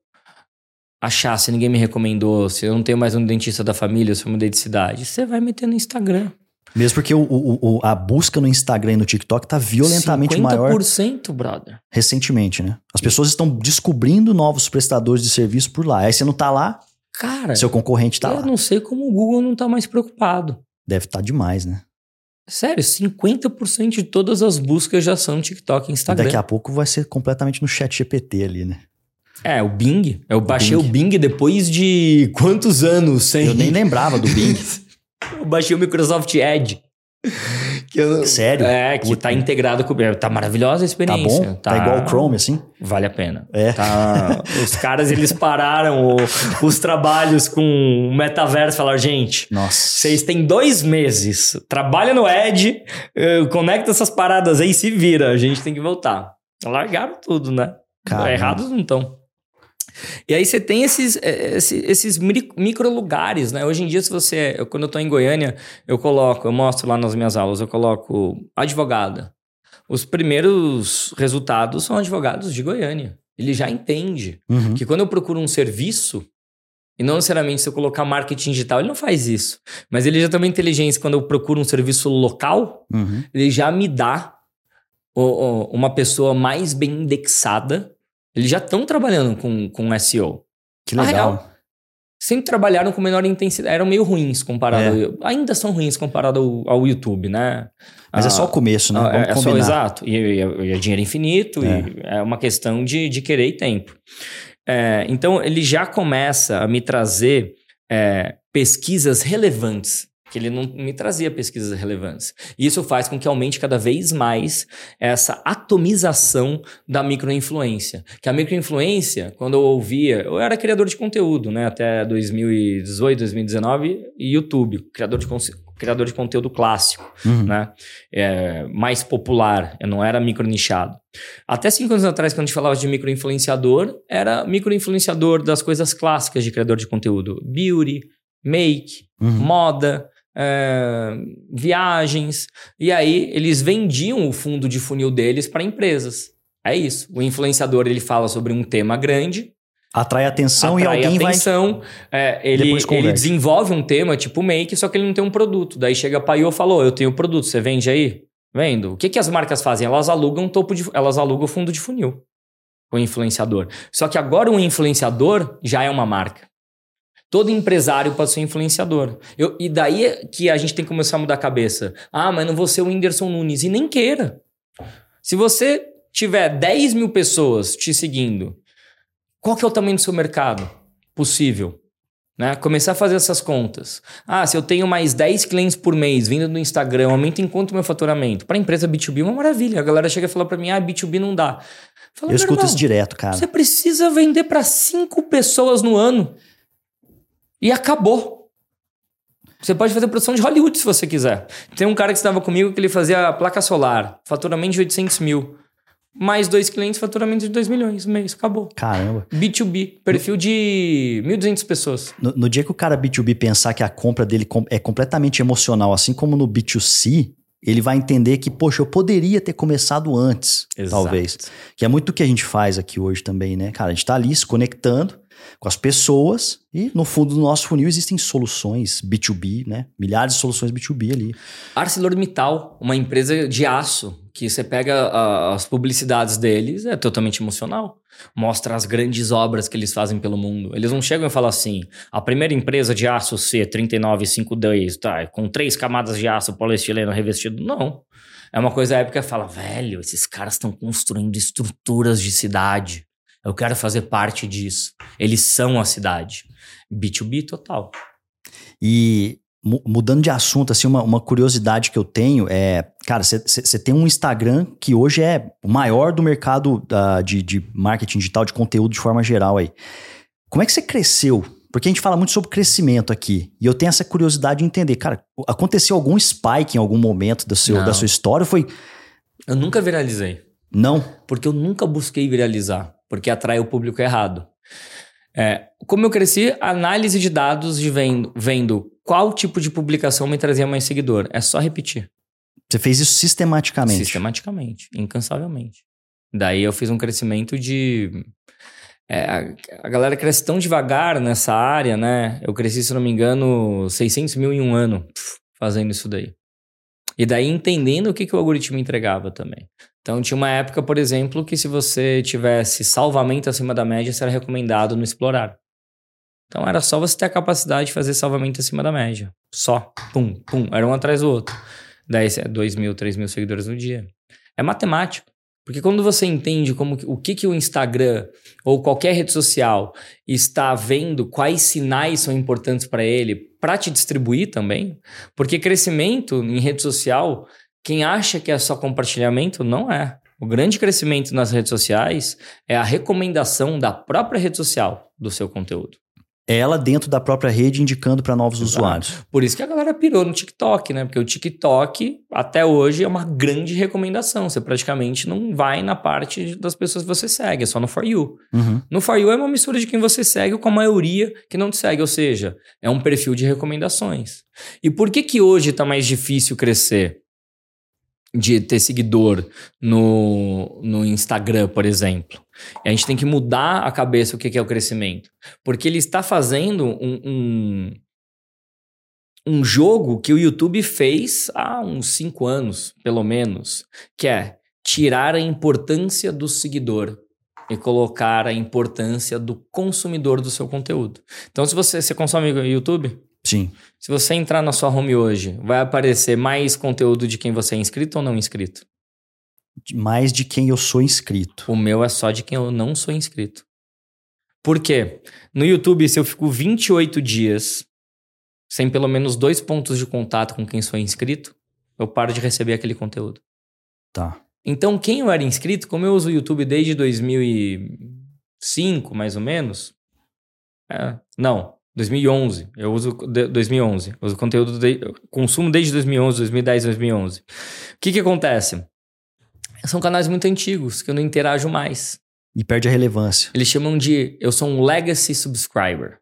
achar se ninguém me recomendou, se eu não tenho mais um dentista da família, se eu mudei de cidade? Você vai meter no Instagram. Mesmo porque o, o, o, a busca no Instagram e no TikTok tá violentamente maior. cinquenta por cento, brother. Recentemente, né? As pessoas estão descobrindo novos prestadores de serviço por lá. Aí você não tá lá, cara, seu concorrente tá eu lá. Eu não sei como o Google não tá mais preocupado. Deve estar tá demais, né? Sério, cinquenta por cento de todas as buscas já são no TikTok e Instagram. Daqui a pouco vai ser completamente no chat G P T ali, né? É, o Bing. Eu baixei o Bing, Bing. o Bing depois de quantos anos? Sem... Eu nem lembrava do Bing. Eu baixei o Microsoft Edge. Que eu... Sério? É, que Puta. Tá integrado com... Tá maravilhosa a experiência. Tá bom? Tá, tá igual o Chrome, assim? Vale a pena. É. Tá... Os caras, eles pararam o... os trabalhos com o metaverso. Falaram, gente, Nossa. Vocês têm dois meses. Trabalha no Edge, conecta essas paradas aí e se vira. A gente tem que voltar. Largaram tudo, né? Caramba. Errados não estão. E aí você tem esses, esses, esses micro lugares, né? Hoje em dia, se você... Eu, quando eu tô em Goiânia, eu coloco... Eu mostro lá nas minhas aulas, eu coloco advogada. Os primeiros resultados são advogados de Goiânia. Ele já entende uhum. que quando eu procuro um serviço, e não necessariamente se eu colocar marketing digital, ele não faz isso. Mas ele já tem uma inteligência, quando eu procuro um serviço local, uhum. ele já me dá o, o, uma pessoa mais bem indexada. Eles já estão trabalhando com, com S E O. Que legal. Real, sempre trabalharam com menor intensidade. Eram meio ruins comparado... É. Ao, ainda são ruins comparado ao, ao YouTube, né? Mas ah, é só o começo, né? Vamos é, é combinar. só, exato. E, e, e é dinheiro infinito. É, e é uma questão de, de querer e tempo. É, então, ele já começa a me trazer é, pesquisas relevantes. Que ele não me trazia pesquisas relevantes. E isso faz com que aumente cada vez mais essa atomização da microinfluência. Que a microinfluência, quando eu ouvia... Eu era criador de conteúdo, né? Até dois mil e dezoito, dois mil e dezenove, e YouTube. Criador de, criador de conteúdo clássico, uhum. né? É, mais popular. Eu não era micronichado. Até cinco anos atrás, quando a gente falava de microinfluenciador, era microinfluenciador das coisas clássicas de criador de conteúdo. Beauty, make, uhum. moda... É, viagens, e aí eles vendiam o fundo de funil deles para empresas. É isso. O influenciador, ele fala sobre um tema grande, atrai atenção atrai e alguém atenção, vai... É, ele, ele desenvolve um tema tipo make, só que ele não tem um produto. Daí chega a Paiô e falou, eu tenho produto, você vende aí? Vendo. O que, que as marcas fazem? Elas alugam topo de, elas alugam fundo de funil com o influenciador. Só que agora o influenciador já é uma marca. Todo empresário pode ser influenciador. Eu, e daí que a gente tem que começar a mudar a cabeça. Ah, mas não vou ser o Whindersson Nunes. E nem queira. Se você tiver dez mil pessoas te seguindo, qual que é o tamanho do seu mercado possível? Né? Começar a fazer essas contas. Ah, se eu tenho mais dez clientes por mês vindo do Instagram, aumenta em quanto o meu faturamento? Para a empresa B dois B é uma maravilha. A galera chega e fala para mim, ah, B dois B não dá. Fala, eu escuto isso direto, cara. Você precisa vender para cinco pessoas no ano. E acabou. Você pode fazer produção de Hollywood se você quiser. Tem um cara que estava comigo que ele fazia placa solar, faturamento de oitocentos mil. Mais dois clientes, faturamento de dois milhões no mês. Acabou. Caramba. B dois B, perfil de mil e duzentas pessoas. No, no dia que o cara B dois B pensar que a compra dele é completamente emocional, assim como no B dois C, ele vai entender que, poxa, eu poderia ter começado antes, Exato. talvez. Que é muito o que a gente faz aqui hoje também, né? Cara, a gente tá ali se conectando. com as pessoas e no fundo do nosso funil existem soluções B dois B, né? Milhares de soluções B dois B ali. ArcelorMittal, uma empresa de aço, que você pega a, as publicidades deles, é totalmente emocional. Mostra as grandes obras que eles fazem pelo mundo. Eles não chegam e falam assim, a primeira empresa de aço C trinta e nove cinquenta e dois, tá, com três camadas de aço poliestileno revestido. Não. É uma coisa épica, fala, velho, esses caras estão construindo estruturas de cidade. Eu quero fazer parte disso. Eles são a cidade. B dois B total. E mudando de assunto, assim, uma, uma curiosidade que eu tenho é... Cara, você tem um Instagram que hoje é o maior do mercado uh, de, de marketing digital, de conteúdo de forma geral aí. Como é que você cresceu? Porque a gente fala muito sobre crescimento aqui. E eu tenho essa curiosidade de entender. Cara, aconteceu algum spike em algum momento do seu, da sua história? Foi... Eu nunca viralizei. Não? Porque eu nunca busquei viralizar. Porque atrai o público errado. É, como eu cresci, análise de dados de vendo, vendo qual tipo de publicação me trazia mais seguidor. É só repetir. Você fez isso sistematicamente? Sistematicamente, incansavelmente. Daí eu fiz um crescimento de... É, a, a galera cresce tão devagar nessa área, né? Eu cresci, se não me engano, seiscentos mil em um ano fazendo isso daí. E daí entendendo o que, que o algoritmo entregava também. Então tinha uma época, por exemplo, que se você tivesse salvamento acima da média, você era recomendado no Explorar. Então era só você ter a capacidade de fazer salvamento acima da média. Só. Pum, pum. Era um atrás do outro. Daí é dois mil, três mil seguidores no dia. É matemático. Porque quando você entende como, o que, que o Instagram ou qualquer rede social está vendo, quais sinais são importantes para ele, para te distribuir também. Porque crescimento em rede social, quem acha que é só compartilhamento, não é. O grande crescimento nas redes sociais é a recomendação da própria rede social do seu conteúdo. Ela dentro da própria rede indicando para novos Exato. Usuários. Por isso que a galera pirou no TikTok, né? Porque o TikTok, até hoje, é uma grande recomendação. Você praticamente não vai na parte das pessoas que você segue, é só no For You. Uhum. No For You é uma mistura de quem você segue com a maioria que não te segue, ou seja, é um perfil de recomendações. E por que que hoje está mais difícil crescer? De ter seguidor no, no Instagram, por exemplo. A gente tem que mudar a cabeça o que é o crescimento. Porque ele está fazendo um, um, um jogo que o YouTube fez há uns cinco anos, pelo menos, que é tirar a importância do seguidor e colocar a importância do consumidor do seu conteúdo. Então, se você, você consome YouTube... Sim. Se você entrar na sua home hoje, vai aparecer mais conteúdo de quem você é inscrito ou não inscrito? Mais de quem eu sou inscrito. O meu é só de quem eu não sou inscrito. Por quê? No YouTube, se eu fico vinte e oito dias sem pelo menos dois pontos de contato com quem sou inscrito, eu paro de receber aquele conteúdo. Tá. Então, quem eu era inscrito, como eu uso o YouTube desde dois mil e cinco, mais ou menos... É, não... dois mil e onze, eu uso dois mil e onze, eu uso conteúdo, de, consumo desde dois mil e onze, dois mil e dez, dois mil e onze. O que que acontece? São canais muito antigos, que eu não interajo mais. E perde a relevância. Eles chamam de, eu sou um legacy subscriber.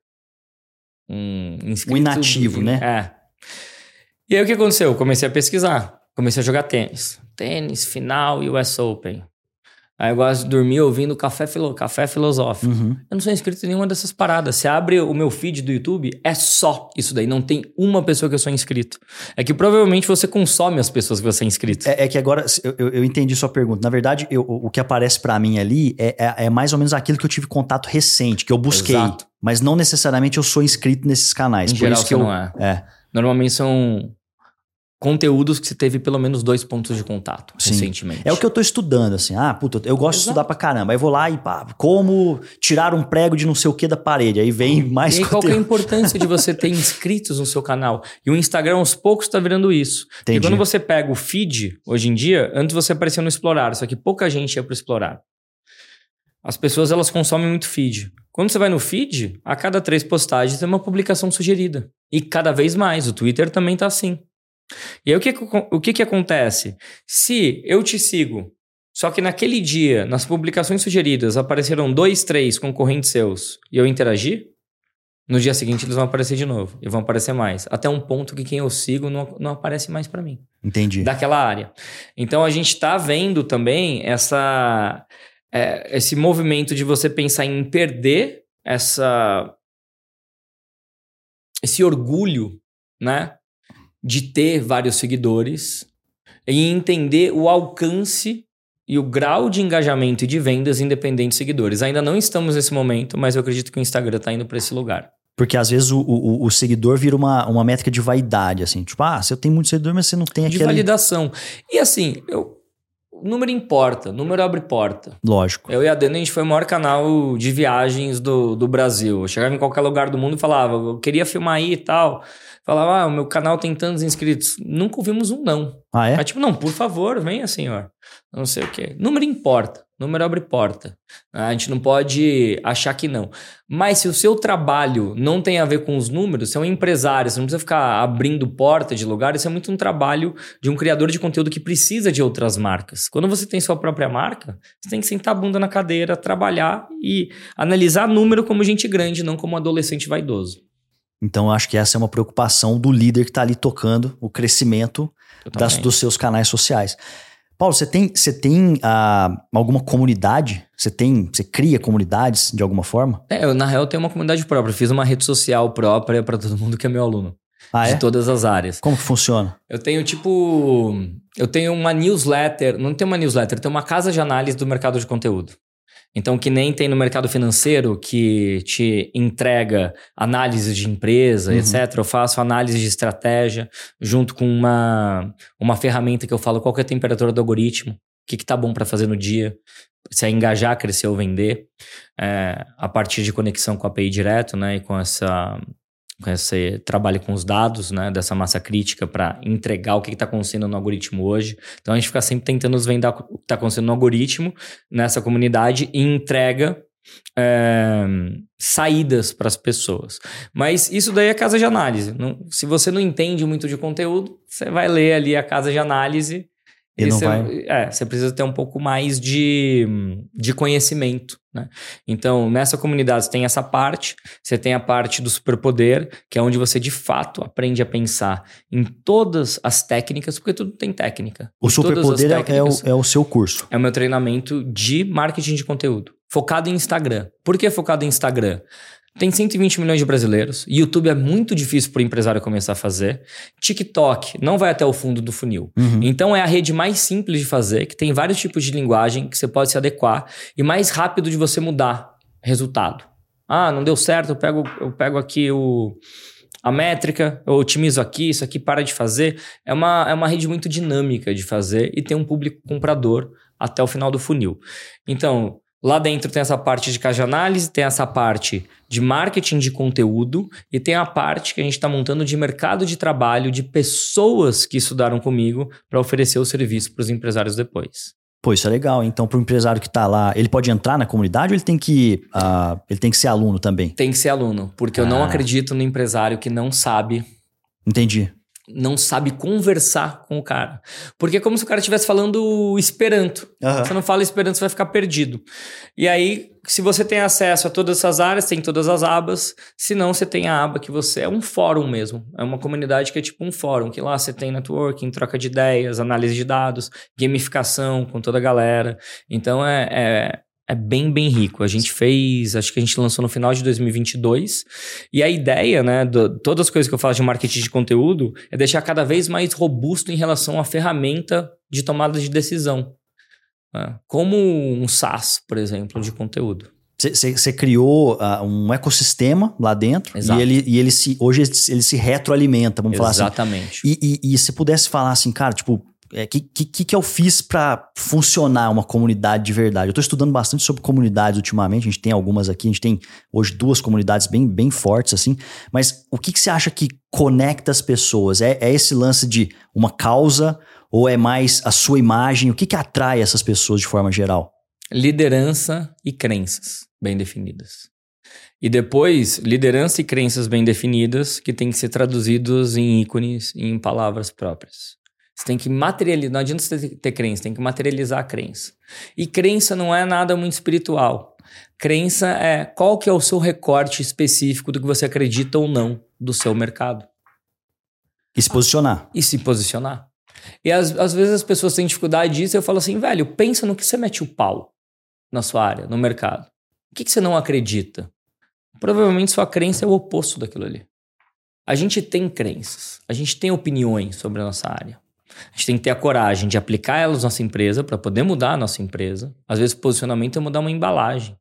Um inscrito... Um inativo, de, né? É. E aí o que aconteceu? Eu comecei a pesquisar, comecei a jogar tênis. Tênis, final e U S Open. Aí eu gosto de dormir ouvindo café, filo, café filosófico. Uhum. Eu não sou inscrito em nenhuma dessas paradas. Você abre o meu feed do YouTube, é só isso daí. Não tem uma pessoa que eu sou inscrito. É que provavelmente você consome as pessoas que você é inscrito. É, é que agora, eu, eu entendi sua pergunta. Na verdade, eu, o que aparece pra mim ali é, é, é mais ou menos aquilo que eu tive contato recente, que eu busquei. Exato. Mas não necessariamente eu sou inscrito nesses canais. Em Por geral isso que você eu, não é. é. Normalmente são... conteúdos que você teve pelo menos dois pontos de contato. Sim. Recentemente. É o que eu tô estudando, assim. Ah, puta, eu gosto Exato. de estudar pra caramba. Aí vou lá e pá, como tirar um prego de não sei o que da parede. Aí vem mais e aí, conteúdo. Qual que é a importância de você ter inscritos no seu canal? E o Instagram, aos poucos, tá virando isso. Entendi. Porque quando você pega o feed, hoje em dia, antes você aparecia no Explorar, só que pouca gente ia pro Explorar. As pessoas, elas consomem muito feed. Quando você vai no feed, a cada três postagens tem uma publicação sugerida. E cada vez mais. O Twitter também tá assim. E aí o que, o que que acontece? Se eu te sigo, só que naquele dia, nas publicações sugeridas, apareceram dois, três concorrentes seus e eu interagi, no dia seguinte eles vão aparecer de novo e vão aparecer mais. Até um ponto que quem eu sigo não, não aparece mais para mim. Entendi. Daquela área. Então a gente tá vendo também essa, é, esse movimento de você pensar em perder essa, esse orgulho, né, de ter vários seguidores e entender o alcance e o grau de engajamento e de vendas independente de seguidores. Ainda não estamos nesse momento, mas eu acredito que o Instagram está indo para esse lugar. Porque às vezes o, o, o seguidor vira uma, uma métrica de vaidade, assim. Tipo, ah, você tem muito seguidor, mas você não tem aquele... De validação. E assim, eu, o número importa, o número abre porta. Lógico. Eu e a Dani, a gente foi o maior canal de viagens do, do Brasil. Eu chegava em qualquer lugar do mundo e falava, eu queria filmar aí e tal. Falava, ah, o meu canal tem tantos inscritos. Nunca ouvimos um não. Ah, é? Mas tipo, não, por favor, venha, senhor. Não sei o quê. Número importa. Número abre porta. A gente não pode achar que não. Mas se o seu trabalho não tem a ver com os números, você é um empresário, você não precisa ficar abrindo porta de lugares, isso é muito um trabalho de um criador de conteúdo que precisa de outras marcas. Quando você tem sua própria marca, você tem que sentar a bunda na cadeira, trabalhar e analisar número como gente grande, não como adolescente vaidoso. Então, eu acho que essa é uma preocupação do líder que está ali tocando o crescimento das, dos seus canais sociais. Paulo, você tem, você tem uh, alguma comunidade? Você tem, você cria comunidades de alguma forma? É, eu, na real, tenho uma comunidade própria. Eu fiz uma rede social própria para todo mundo que é meu aluno. Ah, de é? todas as áreas. Como que funciona? Eu tenho, tipo... Eu tenho uma newsletter... Não tenho uma newsletter, eu tenho uma casa de análise do mercado de conteúdo. Então, que nem tem no mercado financeiro que te entrega análise de empresa, uhum. etcétera. Eu faço análise de estratégia junto com uma, uma ferramenta que eu falo qual que é a temperatura do algoritmo, o que que tá bom para fazer no dia, se é engajar, crescer ou vender, é, a partir de conexão com a A P I direto, né, e com essa... com esse trabalho com os dados, né, dessa massa crítica para entregar o que está acontecendo no algoritmo hoje. Então, a gente fica sempre tentando desvendar o que está acontecendo no algoritmo, nessa comunidade, e entrega é, saídas para as pessoas. Mas isso daí é casa de análise. Não, se você não entende muito de conteúdo, você vai ler ali a casa de análise e, e não você, vai... é, você precisa ter um pouco mais de, de conhecimento, né? Então, nessa comunidade você tem essa parte, você tem a parte do superpoder, que é onde você de fato aprende a pensar em todas as técnicas, porque tudo tem técnica. O superpoder é o, é o seu curso. É o meu treinamento de marketing de conteúdo, focado em Instagram. Por que focado em Instagram? Tem cento e vinte milhões de brasileiros. YouTube é muito difícil para o empresário começar a fazer. TikTok não vai até o fundo do funil. Uhum. Então é a rede mais simples de fazer, que tem vários tipos de linguagem que você pode se adequar e mais rápido de você mudar resultado. Ah, não deu certo, eu pego, eu pego aqui o, a métrica, eu otimizo aqui, isso aqui para de fazer. É uma, é uma rede muito dinâmica de fazer e tem um público comprador até o final do funil. Então... lá dentro tem essa parte de caixa de análise, tem essa parte de marketing de conteúdo e tem a parte que a gente está montando de mercado de trabalho de pessoas que estudaram comigo para oferecer o serviço para os empresários depois. Pô, isso é legal. Então, para o empresário que está lá, ele pode entrar na comunidade ou ele tem que, uh, ele tem que ser aluno também? Tem que ser aluno, porque ah. eu não acredito no empresário que não sabe... Entendi. Não sabe conversar com o cara. Porque é como se o cara estivesse falando Esperanto. Uhum. Você não fala Esperanto, você vai ficar perdido. E aí, se você tem acesso a todas essas áreas, tem todas as abas. Se não, você tem a aba que você... é um fórum mesmo. É uma comunidade que é tipo um fórum. Que lá você tem networking, troca de ideias, análise de dados, gamificação com toda a galera. Então, é... é É bem, bem rico. A gente fez... Acho que a gente lançou no final de dois mil e vinte e dois. E a ideia, né? Do, todas as coisas que eu falo de marketing de conteúdo é deixar cada vez mais robusto em relação à ferramenta de tomada de decisão. Né? Como um SaaS, por exemplo, de conteúdo. Você criou uh, um ecossistema lá dentro. Exato. E, ele, e ele se, hoje ele se retroalimenta, vamos Exatamente. falar assim. E, e, e se pudesse falar assim, cara, tipo... O é, que, que, que eu fiz para funcionar uma comunidade de verdade? Eu estou estudando bastante sobre comunidades ultimamente, a gente tem algumas aqui, a gente tem hoje duas comunidades bem, bem fortes, assim, mas o que, que você acha que conecta as pessoas? É, é esse lance de uma causa ou é mais a sua imagem? O que, que atrai essas pessoas de forma geral? Liderança e crenças bem definidas. E depois, liderança e crenças bem definidas que têm que ser traduzidos em ícones e em palavras próprias. Você tem que materializar, não adianta você ter, ter crença, tem que materializar a crença. E crença não é nada muito espiritual. Crença é qual que é o seu recorte específico do que você acredita ou não do seu mercado. E se posicionar. E se posicionar. E às, às vezes as pessoas têm dificuldade disso e eu falo assim, velho, pensa no que você mete o pau na sua área, no mercado. O que, que você não acredita? provavelmente sua crença é o oposto daquilo ali. A gente tem crenças, a gente tem opiniões sobre a nossa área. A gente tem que ter a coragem de aplicar elas na nossa empresa para poder mudar a nossa empresa. Às vezes o posicionamento é mudar uma embalagem,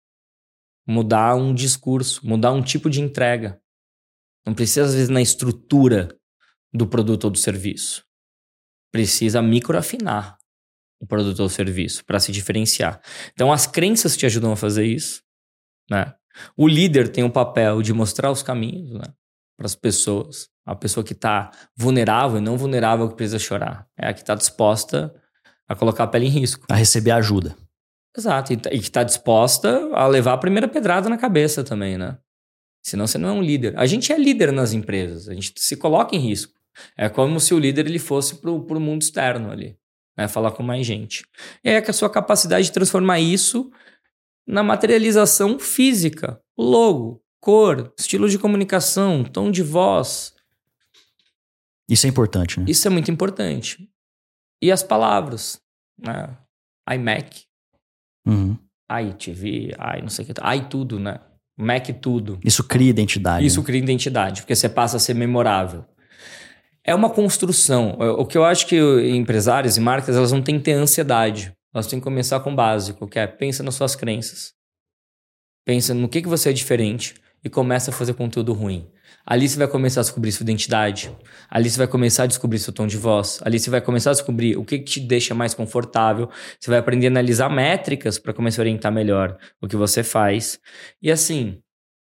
mudar um discurso, mudar um tipo de entrega. Não precisa, às vezes, na estrutura do produto ou do serviço. Precisa microafinar o produto ou o serviço para se diferenciar. Então, as crenças te ajudam a fazer isso, né? O líder tem o papel de mostrar os caminhos, né, para as pessoas. A pessoa que está vulnerável e não vulnerável que precisa chorar. É a que está disposta a colocar a pele em risco. A receber ajuda. Exato. E, e que está disposta a levar a primeira pedrada na cabeça também, né? Senão você não é um líder. A gente é líder nas empresas. A gente se coloca em risco. É como se o líder ele fosse para o mundo externo ali. Né? Falar com mais gente. E é que a sua capacidade de transformar isso na materialização física. Logo, cor, estilo de comunicação, tom de voz. Isso é importante, né? Isso é muito importante. E as palavras, né? iMac, uhum. iTV, i não sei o que, i tudo, né? Mac tudo. Isso cria identidade. Isso né? cria identidade, porque você passa a ser memorável. É uma construção. O que eu acho que empresários e marcas, elas não têm que ter ansiedade. Elas têm que começar com o básico, que é pensa nas suas crenças. Pensa no que, que você é diferente e começa a fazer conteúdo ruim. Ali você vai começar a descobrir sua identidade. Ali você vai começar a descobrir seu tom de voz. Ali você vai começar a descobrir o que, que te deixa mais confortável. Você vai aprender a analisar métricas para começar a orientar melhor o que você faz. E assim,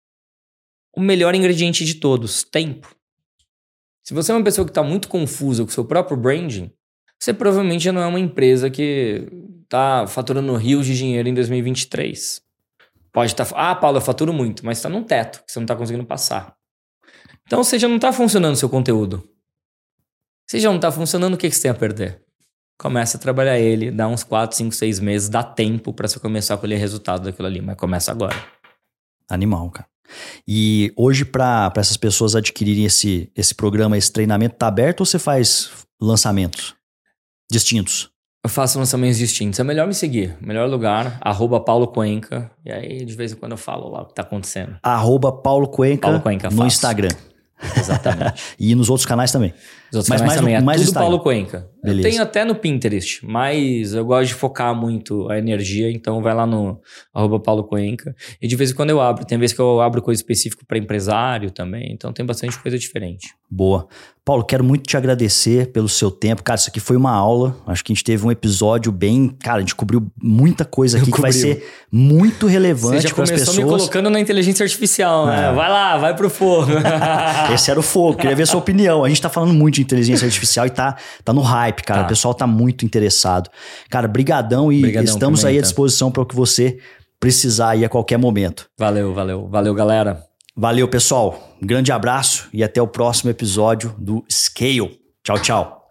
o melhor ingrediente de todos, tempo. Se você é uma pessoa que está muito confusa com o seu próprio branding, você provavelmente já não é uma empresa que está faturando rios de dinheiro em dois mil e vinte e três. Pode estar... Tá, ah, Paulo, eu faturo muito, mas está num teto que você não está conseguindo passar. Então, você já não está funcionando o seu conteúdo. Você já não está funcionando, o que, que você tem a perder? Começa a trabalhar ele, dá uns quatro, cinco, seis meses, dá tempo para você começar a colher resultado daquilo ali, mas começa agora. Animal, cara. E hoje, para essas pessoas adquirirem esse, esse programa, esse treinamento, tá aberto ou você faz lançamentos distintos? Eu faço lançamentos distintos. É melhor me seguir. Melhor lugar, arroba Paulo Cuenca. E aí, de vez em quando eu falo lá o que tá acontecendo. Arroba Paulo Cuenca, Paulo Cuenca no faço. Instagram. Exatamente. E nos outros canais também. Os outros mas canais mais também. No, é mais tudo Instagram. Paulo Cuenca. Beleza. Eu tenho até no Pinterest, mas eu gosto de focar muito a energia, então vai lá no arroba Paulo Cuenca. E de vez em quando eu abro. Tem vezes que eu abro coisa específica para empresário também, então tem bastante coisa diferente. Boa. Paulo, quero muito te agradecer pelo seu tempo. Cara, isso aqui foi uma aula. Acho que a gente teve um episódio bem... Cara, a gente cobriu muita coisa aqui eu que cobriu. Vai ser muito relevante para as pessoas. Você já começou me colocando na inteligência artificial, né? É. Vai lá, vai pro fogo. Esse era o fogo. Queria ver a sua opinião. A gente tá falando muito de inteligência artificial e tá, tá no hype, cara. Tá. O pessoal tá muito interessado. Cara, brigadão e brigadão estamos também, aí à disposição para o que você precisar aí a qualquer momento. Valeu, valeu. Valeu, galera. Valeu, pessoal. Um grande abraço e até o próximo episódio do Scale. Tchau, tchau.